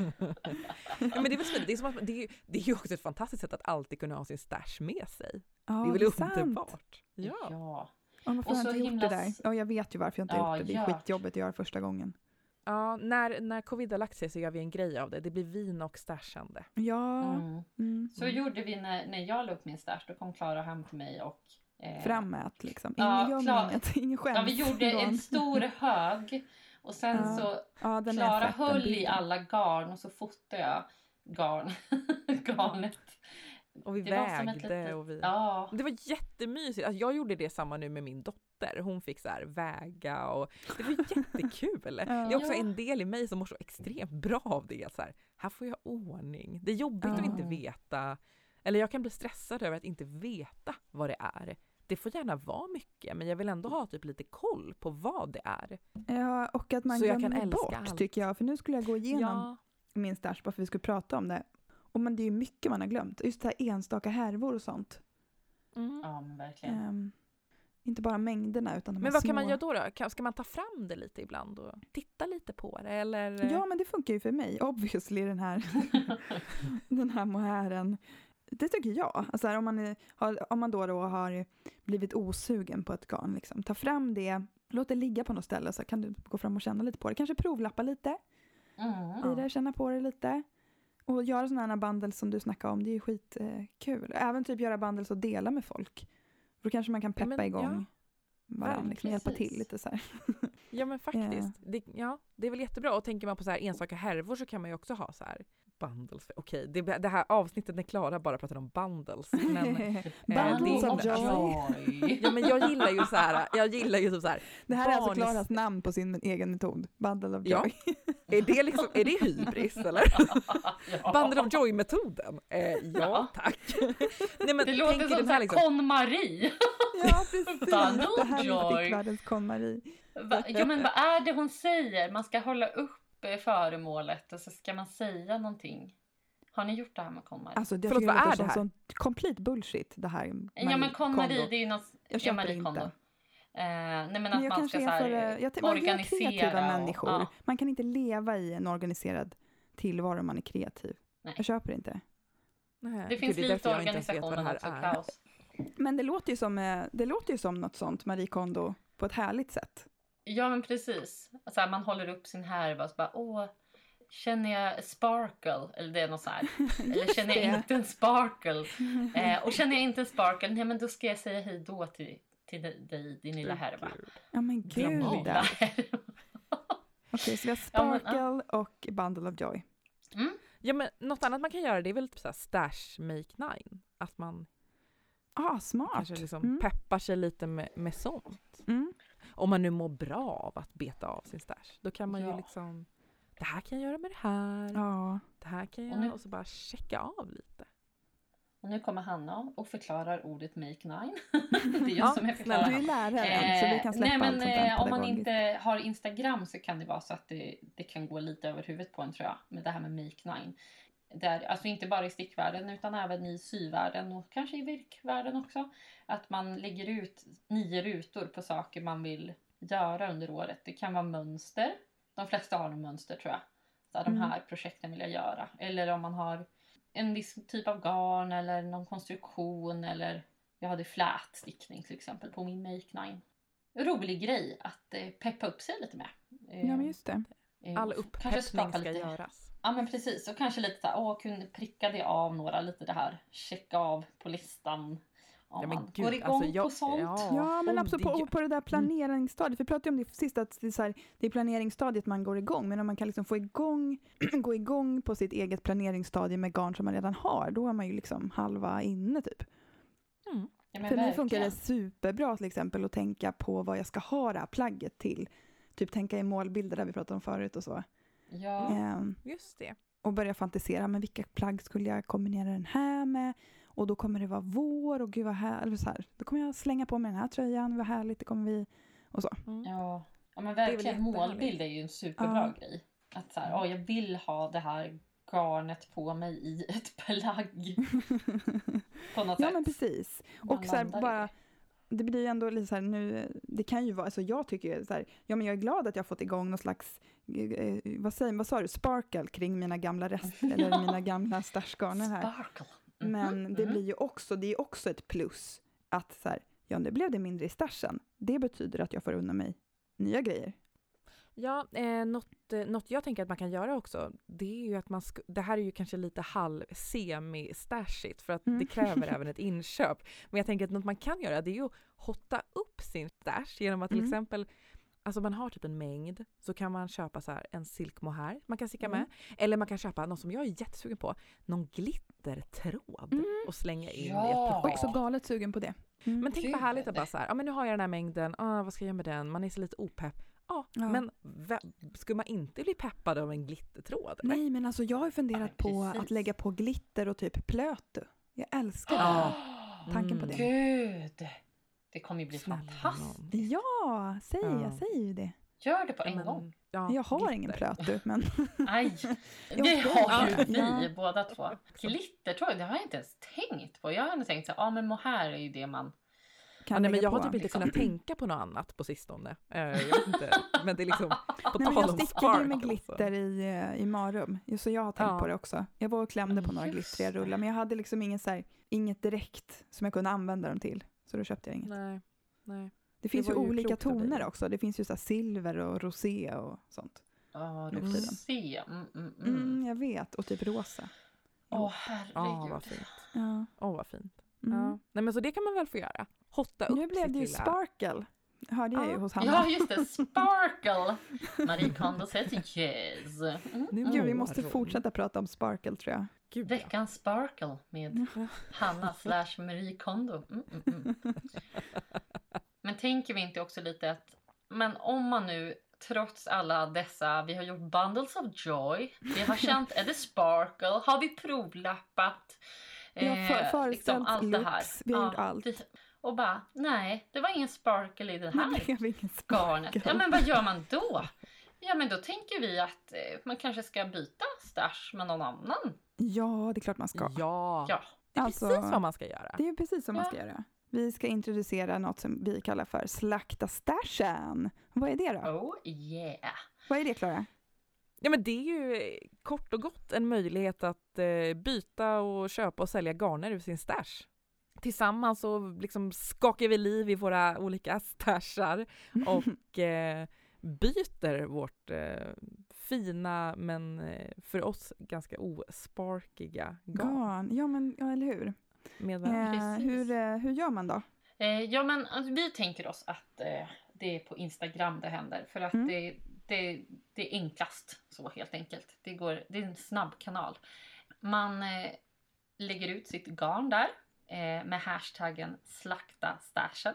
Ja, men det är väl smidigt. Det är, som att, det, är, ju- det är ju också ett fantastiskt sätt att alltid kunna ha sin stash med sig. Ja, det är väl det är sant. underbart. Ja. Ja. Ja, varför Och har jag så inte gjort himla det där? s- Ja, jag vet ju varför jag inte har Ja, gjort det. Det är gör. skitjobbigt att göra första gången. Ja, när, när covid har lagt sig så gör vi en grej av det. Det blir vin och stashande. Ja, Mm. mm. Så gjorde vi när, när jag la upp min stash. Då kom Klara hem till mig och... Eh, Framåt liksom. Ja, Ingen göm klar. inget, ingen skäms. Ja, vi gjorde Dan. en stor hög. Och sen Ja, så... Ja, den Klara är fett, den höll i bilden. alla garn och så fotade jag garn. garnet. Och vi Det var som ett vägde litet- och vi... Ja. Det var jättemysigt. Alltså jag gjorde det samma nu med min dotter. Hon fick så här väga och det var jättekul. Det är också Ja. en del i mig som mår så extremt bra av det. Så här, här får jag ordning. Det är jobbigt Ja. att inte veta. Eller jag kan bli stressad över att inte veta vad det är. Det får gärna vara mycket, men jag vill ändå ha typ lite koll på vad det är. Ja, och att man Så jag glömmer kan älska bort, allt. tycker jag. För nu skulle jag gå igenom Ja, min stash bara för att vi skulle prata om det. Och men det är ju mycket man har glömt. Just det här enstaka härvor och sånt. mm. Ja, men verkligen. Ehm, inte bara mängderna utan de Men här vad små... kan man göra då? då? Kan- Ska man ta fram det lite ibland och titta lite på det? Eller? Ja, men det funkar ju för mig. Obviously den här, den här mohären. Det tycker jag. Alltså här, om, man är, har, om man då, då har blivit osugen på ett garn. Liksom. Ta fram det Låt det ligga på något ställe så kan du gå fram och känna lite på det. Kanske provlappa lite. Mm. I det, känna på det lite. Och göra sådana här bundles som du snackade om. Det är ju skitkul. Eh, Även typ göra bundles och dela med folk. Då kanske man kan peppa men, igång ja. varandra. Liksom, hjälpa Precis. till lite så här. Ja men faktiskt. Det, ja, det är väl jättebra. Och tänker man på så här enstaka härvor så kan man ju också ha så här bundles. Okej, det, det här avsnittet är Klara bara pratar om bundles. Men, Bundles det- of joy. ja men jag gillar ju så här. Jag gillar ju typ så här. Det här är alltså barn- Klaras namn på sin egen metod. Bundle of Ja. joy. Är det liksom, är det hybris eller? Ja. Bundle of joy-metoden? Eh, ja, Ja. tack. Nej, men Det låter tänk som i den så här här liksom. KonMari. Ja, precis. Bundle Det här är joy. stickvärldens KonMari. Va, ja, men vad är det hon säger? Man ska hålla upp eh, föremålet och så ska man säga någonting. Har ni gjort det här med KonMari? Alltså, jag Förlåt, tycker vad låter är som det här? sån complete bullshit det här. ja men KonMari Kondo. det är ju något... Jag ja, köper Marie det Kondo. inte. Eh, nej men Men att jag man kanske ska så är här, för, eh, jag, man är organisera. kreativa och- människor. ja. Man kan inte leva i en organiserad tillvaro om man är kreativ. Nej. Jag köper inte. Nej, Det finns gud, är därför lite jag inte ens vet vad organisationer det här också, är. kaos. Men det låter ju som, eh, det låter ju som något sånt, Marie Kondo, på ett härligt sätt. Ja men precis. Så här, man håller upp sin härva och så bara åh, känner jag sparkle? Eller det är något så här. Eller känner jag det. inte en sparkle? Eh, och känner jag inte en sparkle, nej men då ska jag säga hej då till, till dig, din lilla härva. Ja men Din gud. lilla Okej, härva. så vi har Ja, men, Sparkle och Bundle of Joy. Ja men något annat man kan göra det är väl typ så här stash make nine. Att man Ah, smart. kanske liksom Mm. peppar sig lite med, med sånt. Mm. Om man nu mår bra av att beta av sin stash. Då kan man ju Ja. liksom, det här kan jag göra med det här. Ja. Det här kan jag Och nu- göra och så bara checka av lite. Och nu kommer Hanna och förklarar ordet make nine. Det är jag Ja, som jag Du är förklarar. läraren så vi kan släppa nej, men, allt sånt där eh, om man pedagogiskt. inte har Instagram så kan det vara så att det, det kan gå lite över huvudet på en tror jag. Med det här med make nine. Där, alltså inte bara i stickvärlden utan även i syvärlden och kanske i virkvärlden också. Att man lägger ut nio rutor på saker man vill göra under året. Det kan vara mönster. De flesta har någon mönster tror jag. Så här, de här projekten vill jag göra. Eller om man har en viss typ av garn eller någon konstruktion. Eller jag hade flätstickning till exempel på min Make Nine. Rolig grej att eh, peppa upp sig lite med. Eh, Ja men just det. eh, All kanske upppeppning skapa ska lite- göras. Ja men precis, och kanske lite såhär, åh kunde pricka det av några lite det här, checka av på listan. Om Ja, men man gud, går igång alltså, jag- på sånt. ja. Ja, men och absolut det- på, på det där planeringsstadiet. Vi pratade om det sist att det är, så här, det är planeringsstadiet man går igång. Men om man kan liksom få igång, gå igång på sitt eget planeringsstadie med garn som man redan har, då är man ju liksom halva inne typ. Mm. Ja, men För mig verkligen. funkar det superbra till exempel att tänka på vad jag ska ha det här plagget till. Typ tänka i målbilder där vi pratade om förut och så. Ja, Ehm, Just det. och börja fantisera, men vilka plagg skulle jag kombinera den här med? Och då kommer det vara vår och gud vad här, eller så här. Då kommer jag slänga på mig den här tröjan, vad härligt, det kommer vi, och så. Mm. ja. ja men är väl verkligen, jättehärligt. målbild är ju en superbra Ja. grej. Att så här, åh jag vill ha det här garnet på mig i ett plagg. På något Ja sätt. men precis. Man Och så här, landar i bara, det. det blir ju ändå lite så här nu, det kan ju vara, alltså jag tycker ju så här, ja men jag är glad att jag har fått igång någon slags, eh, vad säger, vad sa du, sparkle kring mina gamla rest, eller mina gamla stashgarner här. Sparkle. Mhm, Men det mhm. blir ju också, det är också ett plus att så här, ja nu blev det mindre i stashen. Det betyder att jag får unna mig nya grejer. Ja, eh, något, eh, något jag tänker att man kan göra också, det är ju att man, sk- det här är ju kanske lite halv semi-stashigt för att Mm. det kräver även ett inköp. Men jag tänker att något man kan göra det är ju att hotta upp sin stash genom att till Mm. exempel, alltså man har typ en mängd, så kan man köpa så här en silkmohair man kan sticka Mm. med. Eller man kan köpa något som jag är jättesugen på, någon glittertråd Mm. och slänga in i Ja. ett projekt. Också galet sugen på det. Mm. Men tänk Gud. vad härligt att bara så här, ja men nu har jag den här mängden, ah, vad ska jag göra med den? Man är så lite opepp. Ja, Ja. men vä- skulle man inte bli peppad av en glittertråd? eller? Nej men alltså jag har ju funderat Ja, på precis. att lägga på glitter och typ plötu. Jag älskar det. Ja. Tanken på Mm. det. Gud! Det kommer ju bli Snälla fantastiskt. nån. Ja, säg, Ja. jag säger ju det. Gör det på en Ja, men- gång. ja, Jag har glitter. ingen plötu men Aj! Jo, Det har ju ja. vi Ja. båda två. Glittertråd, det har jag inte ens tänkt på. Jag har ändå tänkt så ja men mohair är ju det man... Ja, kan nej, men lägga jag har på. typ inte liksom. kunnat tänka på något annat på sistone. Eh, jag vet inte, men det är liksom på Nej, men tal jag om stickade ju med sparkle, glitter så. i, eh, i Marum. Just så jag har tänkt Ja. på det också. Jag var och klämde på några Just glittriga det. rullar men jag hade liksom ingen så här, inget direkt som jag kunde använda dem till. Så då köpte jag inget. Nej, nej. Det finns Det ju var ju olika klokt av dig. toner också. Det finns ju så här silver och rosé och sånt. Ja, Nu för du tiden. ser. Mm, mm, Mm, mm. jag vet. Och typ rosa. Åh, Ja, herregud. vad fint. Ja. Åh, vad fint. Mm. Ja. Nej, men så det kan man väl få göra. Hotta upp Nu blev sitt det ju lilla... sparkle. Hörde jag Ja. ju hos Hanna. Ja, just det. Sparkle. Marie Kondo säger yes. Mm, Nu- Gud, vi Åh, måste vad roligt. fortsätta prata om sparkle tror jag. Gud, ja. Veckans Sparkle med Hanna slash Marie Kondo. Mm, mm, mm. Men tänker vi inte också lite att, men om man nu trots alla dessa, vi har gjort bundles of joy, vi har känt, är det sparkle, har vi provlappat, Vi har för, eh, föreställt allt det här. looks, vi har Ja, gjort allt. det- Och bara, nej, det var ingen sparkle i det Det här blev ingen garnet. sparkle. Ja, men vad gör man då? Ja, men då tänker vi att eh, man kanske ska byta stash med någon annan. Ja, det är klart man ska. Ja, Ja, det är Alltså- precis vad man ska göra. Det är precis som man Ja. ska göra. Vi ska introducera något som vi kallar för slakta stashen. Vad är det då? oh yeah. Vad är det, Klara? Ja, men det är ju eh, kort och gott en möjlighet att eh, byta och köpa och sälja garner ur sin stash. Tillsammans så liksom skakar vi liv i våra olika stashar och eh, byter vårt eh, fina men eh, för oss ganska osparkiga garn Garn. Ja, men ja, eller hur? med varandra. Eh, Precis. hur, eh, hur gör man då? Eh, ja, men alltså, vi tänker oss att eh, det är på Instagram det händer. För att Mm. det, det, det är enklast så helt enkelt. Det, går, det är en snabb kanal. Man eh, lägger ut sitt garn där eh, med hashtaggen slakta stashen.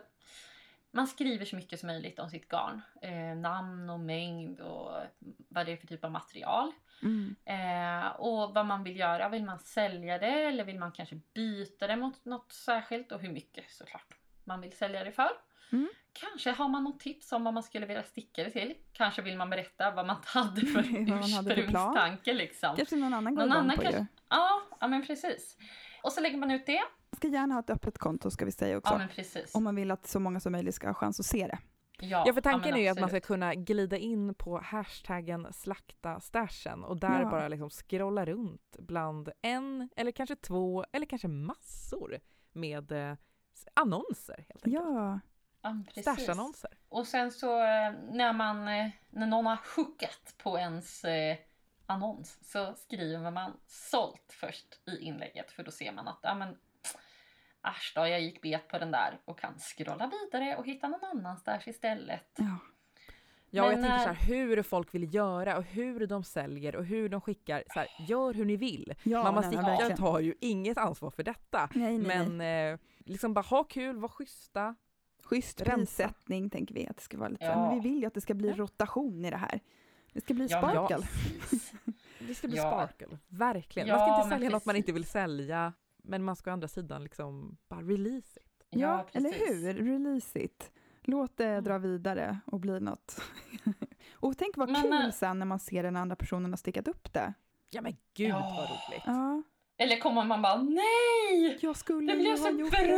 Man skriver så mycket som möjligt om sitt garn. Eh, namn och mängd och vad det är för typ av material. Mm. Eh, och vad man vill göra. Vill man sälja det eller vill man kanske byta det mot något särskilt och hur mycket såklart man vill sälja det för. Mm. Kanske har man något tips om vad man skulle vilja sticka det till. Kanske vill man berätta vad man hade för Vad man hade för plan. ursprungstanke liksom. Kanske någon annan går Någon igång annan på kanske... ju. Ja, ja, men precis. Och så lägger man ut det. Man ska gärna ha ett öppet konto ska vi säga också. Ja, men precis. Om man vill att så många som möjligt ska ha chans att se det. Ja, för tanken men är ju att man ska absolut. kunna glida in på hashtaggen slakta stashen och där Ja. bara liksom scrolla runt bland en eller kanske två eller kanske massor med eh, annonser helt enkelt. Ja, Ja, men precis. Stashannonser. Och sen så eh, när man eh, när någon har hookat på ens eh, annons så skriver man sålt först i inlägget för då ser man att ja men äsch då, jag gick bet på den där och kan scrolla vidare och hitta någon annanstans istället. ja. Ja, och jag Men, tänker så eh, här, hur folk vill göra och hur de säljer och hur de skickar. Så här, gör hur ni vill. ja Mamma nej, men Sticka verkligen. tar ju inget ansvar för detta. Nej, nej, Men nej. eh, liksom bara ha kul, var schyssta. Schysst rensa. prissättning tänker vi att det ska vara lite. Ja. Men vi vill ju att det ska bli Ja. rotation i det här. Det ska bli Ja, men- sparkle. precis. Det ska bli Ja. sparkle. Verkligen. Ja, man ska inte men sälja något man precis. inte vill sälja. Men man ska å andra sidan liksom bara release it. Ja, eller precis. hur? Release it. Låt det Mm. dra vidare och bli något. Och tänk vad Men, kul eh, sen när man ser den andra personen har stickat upp det. Ja men gud Ja. vad roligt. Ja, Eller kommer man bara nej! jag skulle Det ju blev ha så gjort bra! det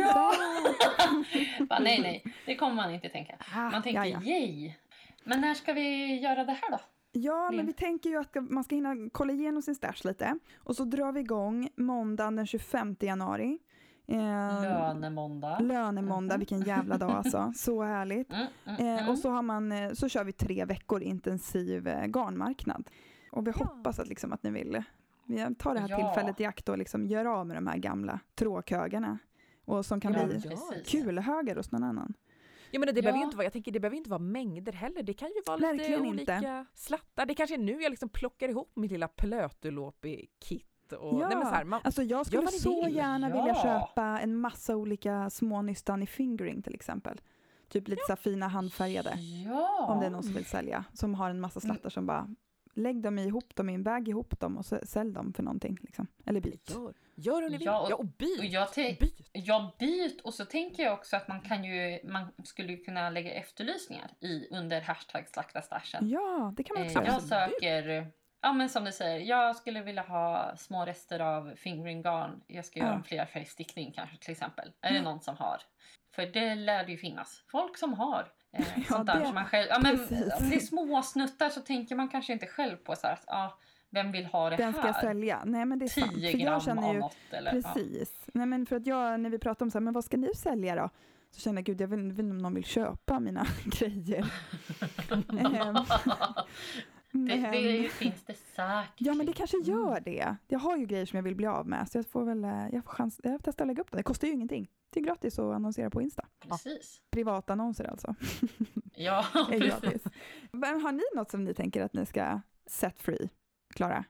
där. Bara, nej, nej, det kommer man inte tänka. Ah, Man tänker ja, ja. yay! Men när ska vi göra det här då? Ja, men Lin. vi tänker ju att man ska hinna kolla igenom sin stash lite. Och så drar vi igång måndagen den tjugofemte januari. Eh, Lönemåndag. Lönemåndag, Mhm. vilken jävla dag alltså. Så härligt. Mm, mm, Eh, mm. och så, har man, eh, så kör vi tre veckor intensiv eh, garnmarknad. Och vi Ja. hoppas att, liksom, att ni vill vi tar det här Ja. tillfället i akt och liksom gör av med de här gamla tråkhögarna. Och som kan Ja, bli precis. kulhögar hos någon annan. Ja men det Ja. behöver ju inte vara, jag tänker det behöver inte vara mängder heller. Det kan ju vara lite Verkligen olika inte. slattar. Det kanske är nu jag liksom plockar ihop mitt lilla plötulopi-kit. Och, Ja. nej, men så här, man, Alltså jag skulle vad ni så vill. gärna Ja. vilja köpa en massa olika små nystan i fingering till exempel. Typ lite så här fina handfärgade. Ja. Om det är någon som vill sälja. Som har en massa slattar som bara lägg dem ihop dem i en väg ihop dem och så, sälj dem för någonting. Liksom. Eller byt. gör, gör hur ni vill. Ja, och- Ja, och byt. Och jag, te- byt. jag byt och så tänker jag också att man kan ju man skulle ju kunna lägga efterlysningar i under hashtag slakta stashen. Ja, det kan man Eh, också göra. jag Absolut. söker, ja men som du säger, jag skulle vilja ha små rester av fingering garn. Jag ska göra Ja. en flerfärgstickning kanske till exempel. Är det någon som har? För det lär det ju finnas folk som har. Eh, Ja, sånt där det- som man själv, ja, men precis. om det är små snuttar så tänker man kanske inte själv på så här att ja, vem vill ha det Den ska jag här? sälja. Nej men det är sant. tio För gram jag känner av ju, något eller ja. precis. Nej men för att jag, när vi pratar om så här, men vad ska ni sälja då? Så känner jag, gud, jag vet inte om någon vill köpa mina grejer. Ehm, Det, men- det finns det säkert. Ja, men det kanske gör Mm. det. Jag har ju grejer som jag vill bli av med. Så jag får väl eh, jag får chans, jag får testa att lägga upp det. Det kostar ju ingenting. Det är gratis att annonsera på Insta. Precis. Privatannonser alltså. Ja, Det är precis. gratis. Men har ni något som ni tänker att ni ska set free, Klara?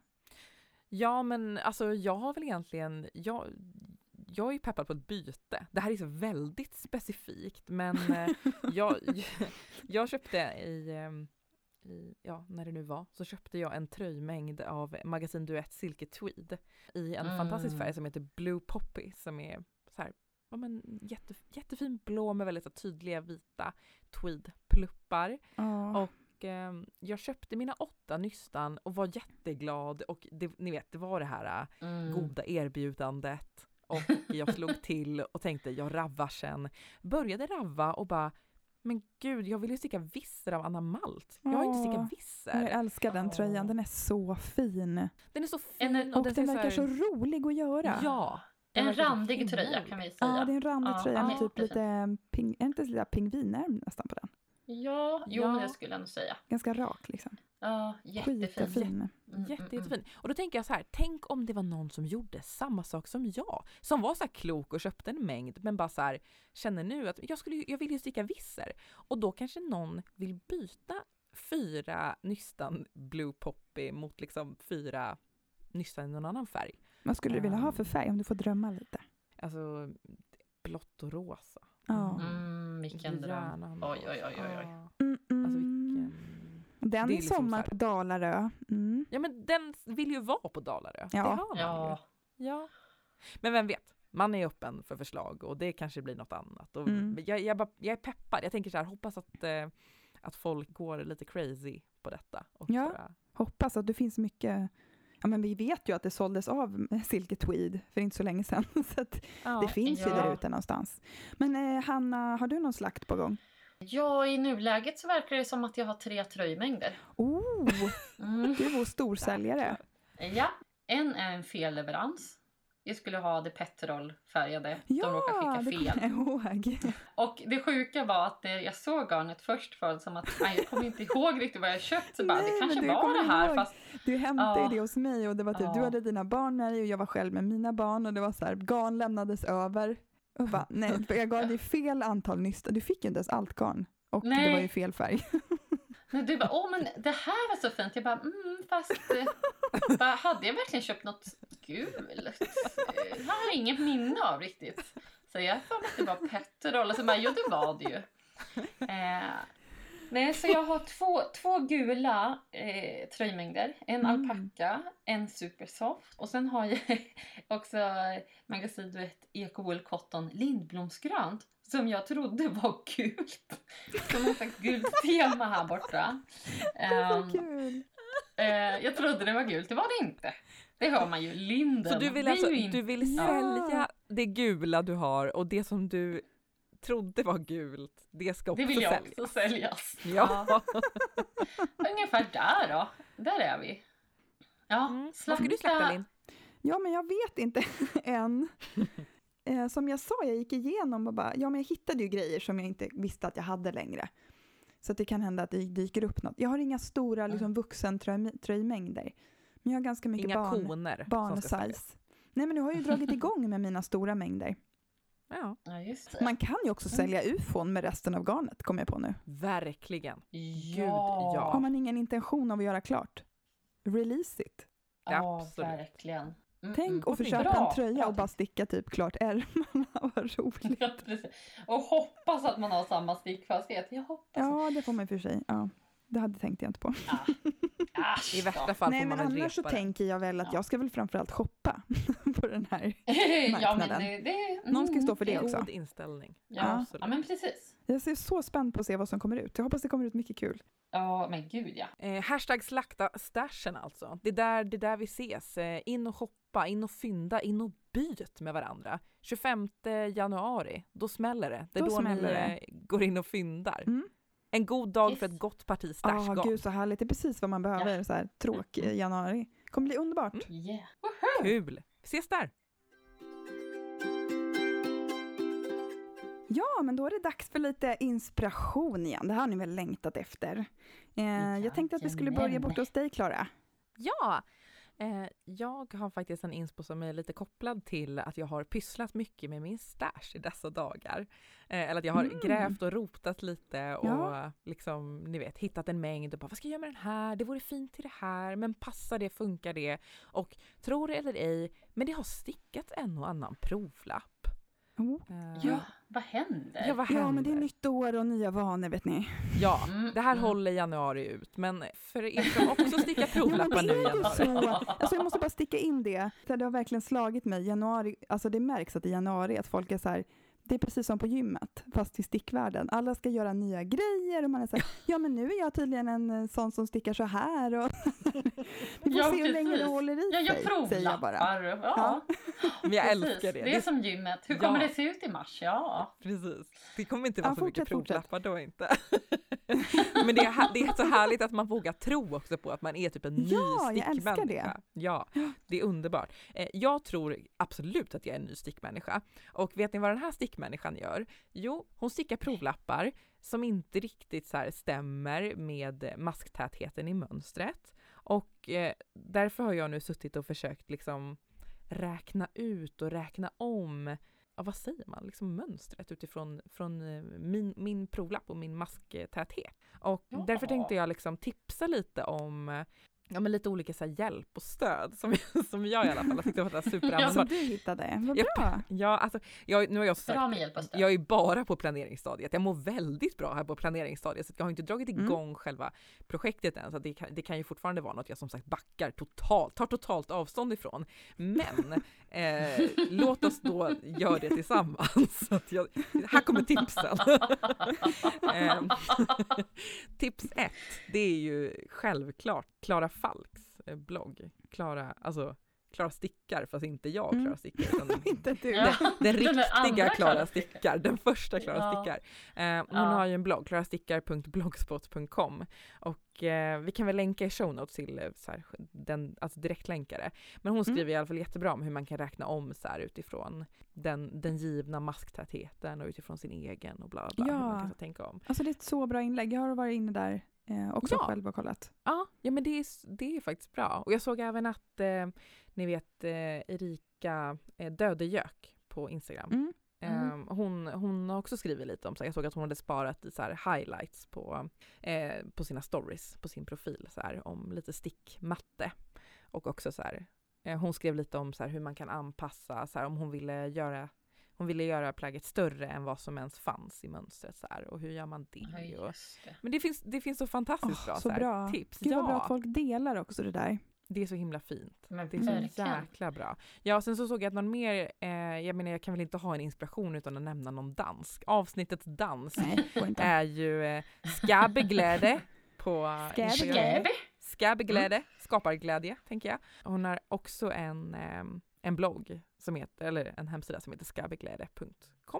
Ja, men alltså jag har väl egentligen, jag, jag är ju peppad på ett byte. Det här är så väldigt specifikt, men eh, jag, jag köpte i, eh, i, ja, när det nu var, så köpte jag en tröjmängd av Magasin Duett Silke Tweed i en Mm. fantastisk färg som heter Blue Poppy, som är så här, ja, men jätte, jättefin blå med väldigt så tydliga vita tweed-pluppar. Ja. Och eh, jag köpte mina åtta nystan och var jätteglad, och det, ni vet, det var det här Mm. goda erbjudandet, och jag slog till och tänkte jag ravvar sen. Började ravva och bara, men gud, jag vill ju sticka visser av Anna Malt. Jag har inte Åh. stickat Jag visser. älskar den tröjan, den är så fin. Den är så fin. En- Och ser den verkar så här- rolig att göra. Ja. den En verkar så randig himla tröja rolig. kan vi säga. Ja, det är en randig Ja, tröja med ja, typ precis. lite, ping, är det inte lite pingvinärm nästan på den? Ja, jo, Ja. det skulle jag nog säga. Ganska rak liksom. Ja, jättefin. Skitfin. Mm, Jätte, mm, jättefin. Och då tänker jag så här, tänk om det var någon som gjorde samma sak som jag. Som var så här klok och köpte en mängd, men bara så här, känner nu att jag, skulle, ju- jag vill ju sticka visser. Och då kanske någon vill byta fyra nystan Blue Poppy mot liksom fyra nystan i någon annan färg. Vad skulle du vilja ha Um. för färg om du får drömma lite? Alltså blått och rosa. Ja. Mm, vilken dröm. Gärna. Oj, oj, oj, oj, oj. Ja, Mm, mm. alltså vilken... Den det är är liksom sommar så här- på Dalarö. Mm. Ja, men den vill ju vara på Dalarö. Ja. Det har man Ja, ju. Ja. Men vem vet, man är öppen för förslag och det kanske blir något annat. Och Mm. jag, jag, bara, jag är peppad. Jag tänker så här, hoppas att, eh, att folk går lite crazy på detta. Och Ja. bara, Hoppas att det finns mycket. Ja, men vi vet ju att det såldes av Silke Tweed för inte så länge sedan. Så att ja. det finns ju Ja. där ute någonstans. Men eh, Hanna, har du någon slakt på gång? ja, i nuläget så verkar det som att jag har tre tröjmängder. Oh, Mm. du är vår storsäljare. Ja, en är en felleverans. Jag skulle ha det petrolfärgade. De Ja, råkade det skicka fel. kommer jag ihåg. Och det sjuka var att när jag såg garnet först var det som att nej, jag kommer inte ihåg riktigt vad jag köpt. Så bara, Nej, det kanske men du var kommer det här. ihåg. Fast Du hämtade Ja. det hos mig och det var typ, Ja. du hade dina barn med dig och jag var själv med mina barn och det var så här, garn lämnades över. Och bara, nej, för jag gav dig fel antal nystan. Du fick ju inte ens allt garn. Och det Nej. var ju fel färg. men du bara, åh men det här var så fint. Jag bara, mm, fast eh, bara, hade jag verkligen köpt något gult? Eh, Det har jag inget minne av riktigt. Så jag får att det var petrol. Och så bara, jo det var det ju. Eh, nej, så jag har två, två gula eh, tröjmängder. En Mm. alpacka, en supersoft. Och sen har jag också Magasin Duett Ecowool Cotton Lindblomsgrönt. Som jag trodde var gult. Som något slags gult tema här borta. Ehm, Så kul. eh, jag trodde det var gult, det var det inte. Det hör man ju, linden. Så du vill, det är alltså, ju inte- du vill Ja. sälja det gula du har, och det som du trodde var gult, det ska också Det vill jag säljas. också säljas. Ja. Ungefär där då. Där är vi. Ja, Mm. Vad ska du slakta, Linn? Ja, men jag vet inte än. Eh, som jag sa, jag gick igenom och bara, ja men jag hittade ju grejer som jag inte visste att jag hade längre. Så att det kan hända att det dyker upp något. Jag har inga stora liksom, vuxentröjmängder. Men jag har ganska mycket Inga barn, koner som ska barnsize. säljas. Nej, men nu har jag ju dragit igång med mina stora mängder. Ja, ja just det. Man kan ju också sälja ufon med resten av garnet, kommer jag på nu. verkligen. Ja, ja. Har man ingen intention av att göra klart, release it. ja Absolut. verkligen. Mm, Tänk mm. att få Varför inte? köpa Bra, en tröja bra och bara sticka typ klart ärmarna. Vad roligt. Ja, precis. Och hoppas att man har samma stickfasthet. Jag hoppas. Ja, det får man i och för sig. Ja, det hade tänkt jag inte på. Asch, I värsta då. fall Nej, får men man väl annars så repa det. tänker jag väl att Ja. jag ska väl framförallt shoppa på den här. Ja, men marknaden. det, det, Någon ska ju stå för det mm, också. God inställning. Ja, Absolut. ja, men precis. Jag ser så spänd på att se vad som kommer ut. Jag hoppas det kommer ut mycket kul. Ja, men gud ja. Eh, hashtag slakta stashen alltså. Det är där, det är där vi ses. Eh, in och shoppa, in och fynda, in och byt med varandra. tjugofemte januari, då smäller det. Det är Då då, smäller ni det. eh, går in och fyndar. Mm. En god dag Yes. för ett gott parti Ja, stashgarn. gud så härligt. Det är precis vad man behöver. Så här, tråk i januari. Kommer bli underbart. Mm. Yeah. Kul! Vi ses där! Ja, men då är det dags för lite inspiration igen. Det har ni väl längtat efter. Eh, jag tänkte att vi skulle börja bort hos dig, Klara. Ja, eh, jag har faktiskt en inspo som är lite kopplad till att jag har pysslat mycket med min stash i dessa dagar. Eh, eller att jag har Mm. grävt och rotat lite och Ja. liksom, ni vet, hittat en mängd och bara, vad ska jag göra med den här? Det vore fint till det här, men passar det, funkar det? Och tror det eller ej, men det har stickat en och annan provlapp. Oh. Eh, Ja, vad händer? ja, vad händer? Ja, men det är nytt år och nya vanor, vet ni. Ja, Mm, det här mm. håller januari ut. Men för er som också stickar Ja, men provlappar det nu är ju igen. så. Alltså, jag måste bara sticka in det. Det har verkligen slagit mig. Januari, alltså det märks att i januari att folk är så här, det är precis som på gymmet, fast i stickvärlden. Alla ska göra nya grejer och man är så här, ja men nu är jag tydligen en sån som stickar så här. Och vi får Ja, se hur länge det precis. håller i Ja, jag sig, säger jag bara. provlappar. Ja, Men jag precis. älskar det. Det är som gymmet. Hur Ja. kommer det se ut i mars? Ja. Precis. Det kommer inte vara Ja, så mycket fortsätt, provlappar då inte. Men det är, ha- det är så härligt att man vågar tro också på att man är typ en ny Ja, jag älskar stickmänniska. Ja, det är underbart. Eh, Jag tror absolut att jag är en ny stickmänniska. Och vet ni vad den här stickmänniskan gör? Jo, hon stickar provlappar som inte riktigt så här stämmer med masktätheten i mönstret. Och eh, därför har jag nu suttit och försökt liksom räkna ut och räkna om, ja, vad säger man, liksom mönstret utifrån från eh, min, min provlapp och min masktäthet. Och Ja. därför tänkte jag liksom tipsa lite om eh, ja, men lite olika så här, hjälp och stöd som, jag- som jag i alla fall har tyckt att det var Som superanvändbart. du hittade. Vad Japp. bra. Ja, alltså, jag, nu har jag sagt, Bra med hjälp och stöd. jag är bara på planeringsstadiet. Jag mår väldigt bra här på planeringsstadiet, så att jag har inte dragit Mm. igång själva projektet än. Så att det, kan, det kan ju fortfarande vara något jag som sagt backar totalt, tar totalt avstånd ifrån. Men eh, låt oss då göra det tillsammans. Så att jag, här kommer tipsen. eh, tips ett, det är ju självklart Klara Falks eh, blogg. Klara, alltså Klara stickar, fast inte jag Mm. Klara stickar. Utan Inte du. Ja. den, den Den där riktiga andra Klara Klara stickar, den första Klara Ja. stickar. Eh, hon Ja. har ju en blogg, klarastickar punkt blogspot punkt com, och eh, vi kan väl länka i show notes till eh, så här, den, alltså direktlänkare. Men hon skriver Mm. i alla fall jättebra om hur man kan räkna om så här, utifrån den, den givna masktätheten och utifrån sin egen och bla bla, Ja. hur man kan så tänka om. Alltså det är ett så bra inlägg. Jag har varit inne där eh, också Ja. själv och kollat. Ja, ja men det är, det är faktiskt bra. Och jag såg även att eh, ni vet eh, Erika eh, Dödegök på Instagram. Mm. Mm. Um, hon, hon har också skrivit lite om så här, jag såg att hon hade sparat i så här highlights på, eh, på sina stories, på sin profil så här, om lite stickmatte. Och också så här, eh, hon skrev lite om så här, hur man kan anpassa, så här, om hon ville göra hon ville göra plagget större än vad som ens fanns i mönstret så här, och hur gör man det? Ja, Och, just det. men det finns, det finns så fantastiskt Åh, bra, så så här, bra. tips. Gud ja, vad bra att folk delar också det där. det är så himla fint. Men Det är så verkligen. jäkla bra. Ja, sen så såg jag att någon mer, eh, jag menar jag kan väl inte ha en inspiration utan att nämna någon dansk. Avsnittets dans Nej, går inte. är ju eh, Skabeglädje på Skabbe- Instagram. Skabbe? Skabeglädje, skaparglädje tänker jag. Hon har också en, eh, en blogg som heter, eller en hemsida som heter skabeglädje punkt com.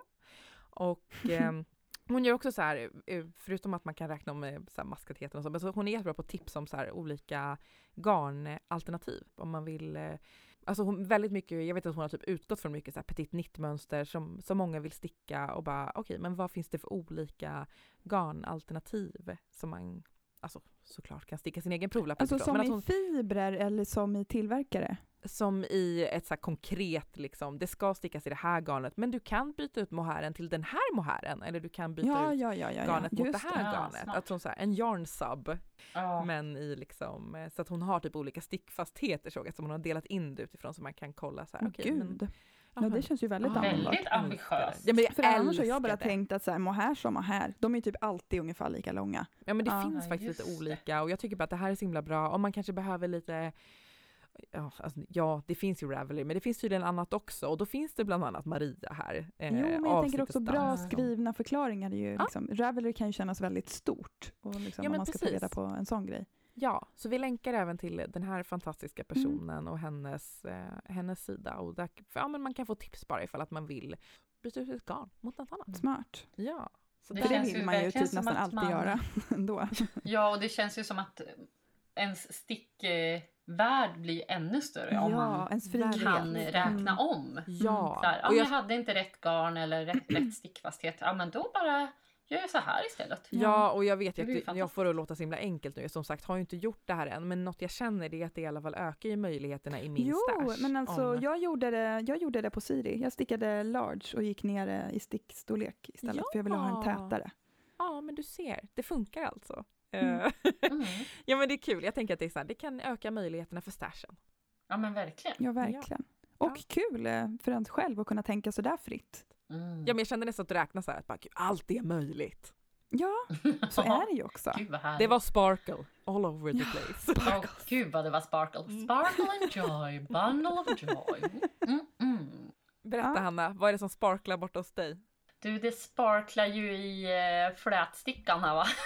Och eh, hon gör också så här, eh, förutom att man kan räkna om eh, så här maskheten och så, men så hon är jättebra på tips om så här olika garnalternativ. Om man vill, eh, alltså hon väldigt mycket, jag vet att hon har typ utgått från mycket så här petit knit-mönster som, som många vill sticka och bara, okej, okay, men vad finns det för olika garnalternativ som man, alltså såklart kan sticka sin egen provlapp Alltså utifrån. som Men i att hon, fibrer eller som i tillverkare? som i ett så här konkret, liksom, det ska stickas i det här garnet, men du kan byta ut mohären till den här mohären, eller du kan byta Ja, ut ja, ja, ja, ja. garnet mot det Just här Ja, garnet. smart. Att hon så här, en yarn sub, Ja. men i liksom, eh, så att hon har typ olika stickfastheter, såg jag, som hon har delat in det utifrån, så man kan kolla så här, Åh, okej, men, Gud. ja, Ja, det men- känns ju väldigt Ja, användbart. Väldigt ambitiöst. Ja, men jag För annars har jag älskar bara det. tänkt att så här, mohair som mohair, de är ju typ alltid ungefär lika långa. Ja, men det Ja, finns ja, faktiskt just lite det. olika, och jag tycker bara att det här är så himla bra. Om man kanske behöver lite, ja, alltså, ja det finns ju Ravelry, men det finns tydligen annat också, och då finns det bland annat Maria här. Eh, Jo, men jag tänker avsnittets också bra dans. skrivna förklaringar. Är ju Ja. liksom, Ravelry kan ju kännas väldigt stort och liksom, Ja, om men man ska ta precis. reda på en sån grej. Ja, så vi länkar även till den här fantastiska personen och hennes, eh, hennes sida. Och där, för, ja, men man kan få tips bara ifall att man vill byta ut ett garn mot något annat. Smart. Ja. Så Det För det känns vill ju man ju verkligen typ som nästan att alltid man- göra ändå. Ja, och det känns ju som att ens stick, eh, värld blir ju ännu större om Ja, man ens frihet. kan räkna Mm. om. Ja. Så här, ja, Och men jag- jag hade inte rätt garn eller rätt, rätt stickfasthet. Ja, men då bara gör jag så här istället. Ja, och jag vet Det ju blir att jag fantastiskt. får det att låta så himla enkelt nu. Som sagt, har ju inte gjort det här än. Men något jag känner är att det i alla fall ökar ju möjligheterna i min Jo, stash. men alltså om- jag gjorde, det, jag gjorde det på Siri. Jag stickade large och gick ner eh, i stickstorlek istället. För jag ville ha en Ja. tätare. Ja, men du ser. Det funkar alltså. Mm. Eh, Mm. ja, men det är kul. Jag tänker att det är så här, det kan öka möjligheterna för stashen. Ja, men verkligen. Ja, verkligen. Och kul eh, för en själv att kunna tänka så där fritt. Mm. Ja, men jag kände nästan att räkna så här, att bara, gud, allt är möjligt. Ja, så är det ju också. Gud vad härligt. Det var sparkle all over the place. Åh, gud vad det var sparkle. Sparkle and joy, bundle of joy. Mm, mm. Berätta Ja. Hanna, vad är det som sparklar borta hos dig? Du, det sparklar ju i uh, flätstickan här va?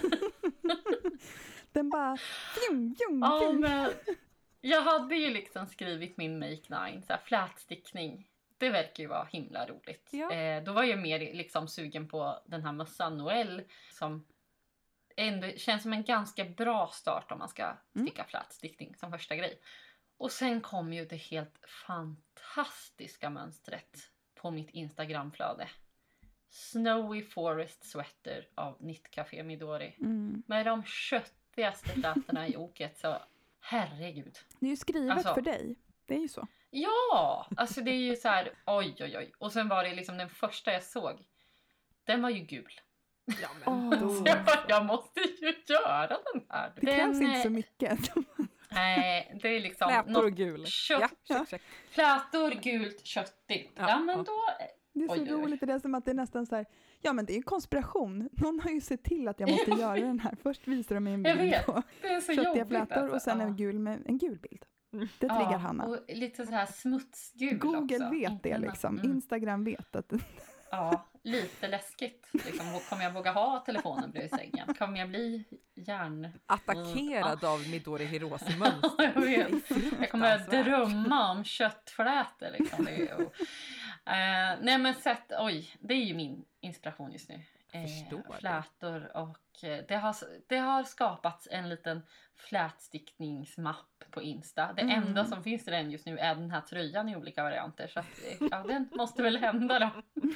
Den bara fjum, fjum, Ja, fjum. men jag hade ju liksom skrivit min Make Nine, så här flätstickning. Det verkar ju vara himla roligt. Ja. Eh, då var jag mer liksom sugen på den här mössan Noel som ändå känns som en ganska bra start om man ska sticka flätstickning som första grej. Och sen kom ju det helt fantastiska mönstret på mitt Instagramflöde. Snowy Forest Sweater av Knit Café Midori. Mm. Med de köttigaste flätorna i oket, så herregud. Det är ju skrivet Alltså- för dig. Det är ju så. Ja, alltså det är ju så här, oj oj oj. Och sen var det liksom den första jag såg. Den var ju gul. Ja, Åh. då- Så jag bara, jag måste ju göra den här. Det krävs Den, inte så eh, mycket. Nej, det är liksom Flätor något och gul. kött. Ja, check, check. Flätor, gult, köttigt. Ja, Ja, men ja. då... Det är så Oj, oj, oj. roligt. Det är som att det är nästan så här, ja men det är en konspiration. Någon har ju sett till att jag måste göra den här. Först visar de mig en Jag bild vet. på Det är så köttiga jobbigt. flätor alltså. och sen Ja. en gul, med, en gul bild. Mm. Det triggar Ja, Hanna. och lite så här smutsgul Google också. vet Inte det nå- liksom. Mm. Instagram vet att Ja, lite läskigt. Liksom, kommer jag våga ha telefonen bredvid sängen? Kommer jag bli hjärn... Attackerad av Midori Hirose Ja, mönster. jag vet. Jag kommer att Fruktansvärt. drömma om köttflätor. Liksom. Det är ju, eh, nej men sett, oj, det är ju min inspiration just nu. Jag förstår det. Flätor och eh, det har, det har skapats en liten flätstickningsmapp på Insta. Det Mm. enda som finns i den just nu är den här tröjan i olika varianter. Så att, eh, ja, den måste väl hända då.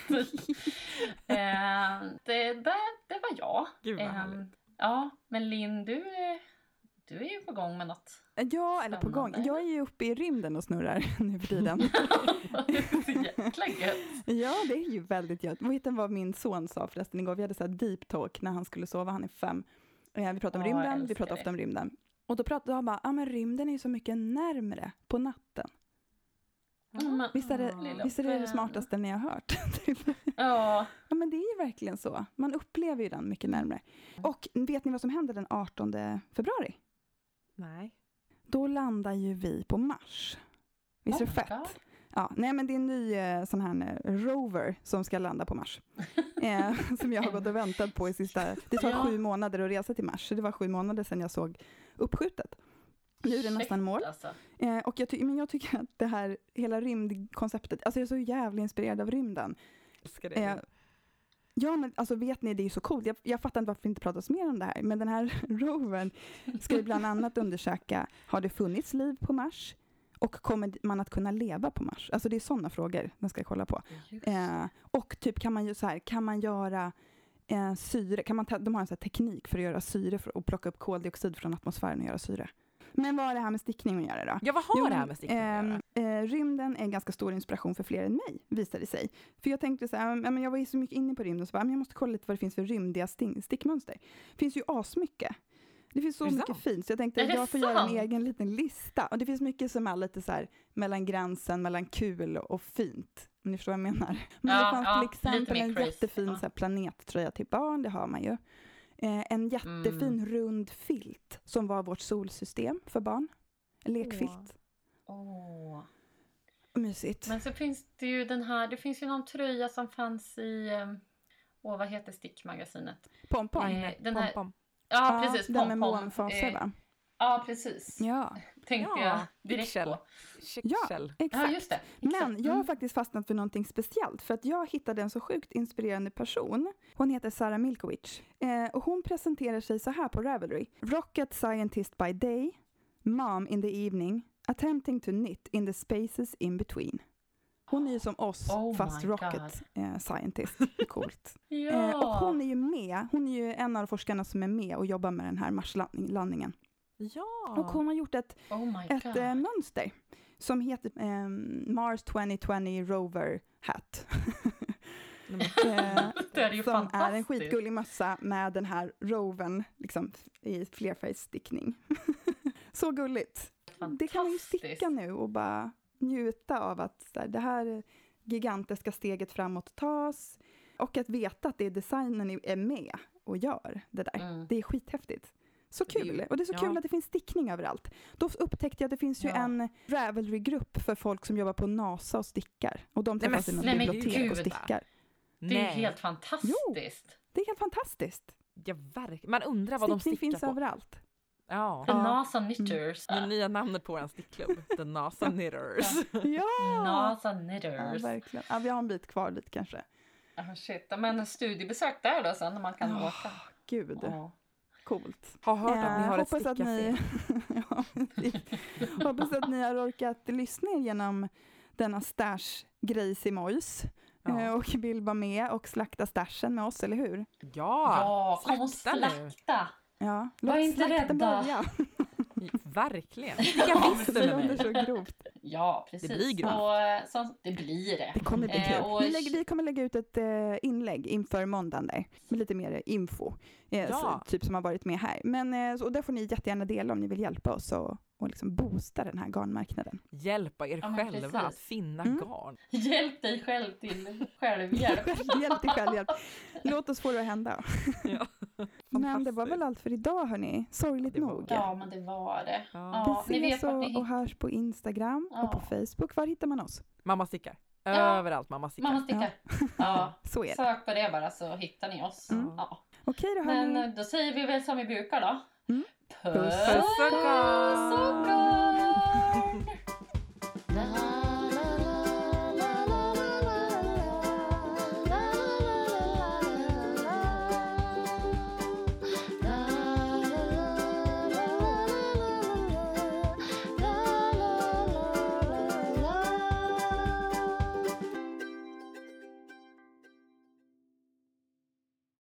eh, det, det, det var jag. Gud vad Eh, härligt. ja, men Linn, du, är- du är ju på gång med något. ja, eller på gång. Spännande. Jag är ju uppe i rymden och snurrar nu för tiden. Så jäkla gött. Ja, det är ju väldigt gött. Vet du vad min son sa förresten igår? Vi hade så här deep talk när han skulle sova, han är fem. Eh, Vi pratade om Åh, jag rymden, vi älskar pratade det. ofta om rymden. Och då pratade han bara, ja ah, men rymden är ju så mycket närmre på natten. Mm, Visst är det, lilla visst är det det vän. smartaste ni har hört? Ja. Ja, men det är ju verkligen så. Man upplever ju den mycket närmare. Och vet ni vad som händer den artonde februari? Nej. Då landar ju vi på Mars. Visst är det Oh my fett? God. Ja, nej men det är en ny eh, sån här eh, rover som ska landa på Mars. Eh, som jag har gått och väntat på i sista... Det tar Ja. sju månader att resa till Mars. Så det var sju månader sedan jag såg uppskjutet. Nu är det nästan Shit, mål. Alltså. Eh, och jag, ty- men jag tycker att det här hela rymdkonceptet, alltså jag är så jävla inspirerad av rymden. Älskar det. Eh, ja men alltså vet ni, det är ju så coolt. Jag, jag fattar inte varför det inte pratas mer om det här. Men den här rovern ska ju bland annat undersöka, har det funnits liv på Mars? Och kommer man att kunna leva på Mars? Alltså det är sådana frågor man ska kolla på. Just. Eh, och typ kan man ju så här, kan man göra eh, syre, kan man ta, de har en sån här teknik för att göra syre för att plocka upp koldioxid från atmosfären och göra syre. Men vad har det här med stickning att göra då? Ja, vad har Jo, det här med stickning att göra? ehm, eh, rymden är en ganska stor inspiration för fler än mig, visade det sig. För jag tänkte så här, ja, men jag var ju så mycket inne på rymden så bara, men jag måste kolla lite vad det finns för rymdiga sting- stickmönster. Det finns ju asmycket. Det finns så Är det mycket sant? fint så jag tänkte Är att det jag får göra en sant? egen liten lista. Och det finns mycket som är lite så här mellan gränsen, mellan kul och fint. Om ni förstår vad jag menar. Men Ja, det fanns ja, till exempel lite mer en crazy, jättefin ja. så här, planettröja till barn, det har man ju. Eh, en jättefin Mm. rund filt som var vårt solsystem för barn. En lekfilt. Åh. Mysigt. Men så finns det ju den här, det finns ju någon tröja som fanns i, eh, åh vad heter stickmagasinet? Pompom. Eh, den här- Pom-pom. Ja, precis. Den med Pom-pom. månfaser Eh, va? Ja, precis. Ja, Tänkte Ja, jag direkt Ixchel. på. Chickshell. exakt. Ja, just det. Men Exakt. jag har Mm. faktiskt fastnat för någonting speciellt för att jag hittade en så sjukt inspirerande person. Hon heter Sara Milkovic eh, och hon presenterar sig så här på Ravelry. Rocket scientist by day, Mom in the evening, attempting to knit in the spaces in between. Hon är ju som oss, Oh fast my rocket eh, scientist. Coolt. Ja. Eh, och hon är ju med, hon är ju en av forskarna som är med och jobbar med den här Marslandningen. Ja. Och hon har gjort ett, Oh my ett god. eh, mönster som heter eh, Mars tjugo tjugo Rover Hat. Mm. eh, Det är ju som är en fantastiskt. skitgullig mössa med den här roven liksom, i flerfärgsstickning. Så gulligt. Det kan man ju sticka nu och bara njuta av att så här, det här gigantiska steget framåt tas och att veta att det är designen är med och gör det där. Mm. Det är skithäftigt. Så Det är ju- kul. Och det är så ja. kul att det finns stickning överallt. Då upptäckte jag att det finns ju Ja. en Ravelry-grupp för folk som jobbar på NASA och stickar. Och de Nej, men träffas i något nej, men bibliotek och gud. stickar. Det är ju Nej. helt fantastiskt. Det är helt fantastiskt. Ja, verkligen. Man undrar vad de Stickning stickar finns på. överallt. Ja. The Ja. NASA Knitters. Det nya namnet på vår stickklubb. The NASA Knitters. Ja! NASA Ja, Knitters. verkligen. Ja, vi har en bit kvar dit kanske. Ah, shit. Men en studiebesök där då sen när man kan Ja, åka. Gud, Ja. coolt. Har hört att ni Eh, har ett hoppas att ni, stickcafé. ja, precis. Hoppas att ni har orkat lyssna igenom denna stash-grejsimojs. Ja. Eh, och vill vara med och slakta stashen med oss, eller hur? Ja, Ja, kom och slakta nu. slakta. Ja, Var låt inte slakten rädda. börja. Verkligen. Ja, Vilka visste Det med låter mig. så grovt. Ja, precis. Det blir grovt. Och, eh, så, det blir det. Det kommer bli Eh, kul. och- Vi, lägger, vi kommer lägga ut ett eh, inlägg inför måndagen där, med lite mer info. Eh, Ja. så, typ som har varit med här. Men, eh, så, och där får ni jättegärna dela om ni vill hjälpa oss och, och liksom boosta den här garnmarknaden. Hjälpa er Ja, men själva precis. att finna Mm. garn. Hjälp dig själv till självhjälp. Hjälp till självhjälp. Låt oss få det att hända. Ja. Men det var Fantastiskt. väl allt för idag, hörni. Sorgligt Det var- nog. Ja, men det var det. Ja. Ja, Vi ni ses vet vart och, ni och hörs på Instagram och på Ja. Facebook. Var hittar man oss? Mamma stickar. Ja. Överallt mamma stickar. Mamma stickar. Ja. Så är det. Sök på det bara så hittar ni oss. Mm. Ja. Okej då, Men hörni. eh, då säger vi väl som vi brukar då. Mm. Puss Puss och kram. och kram.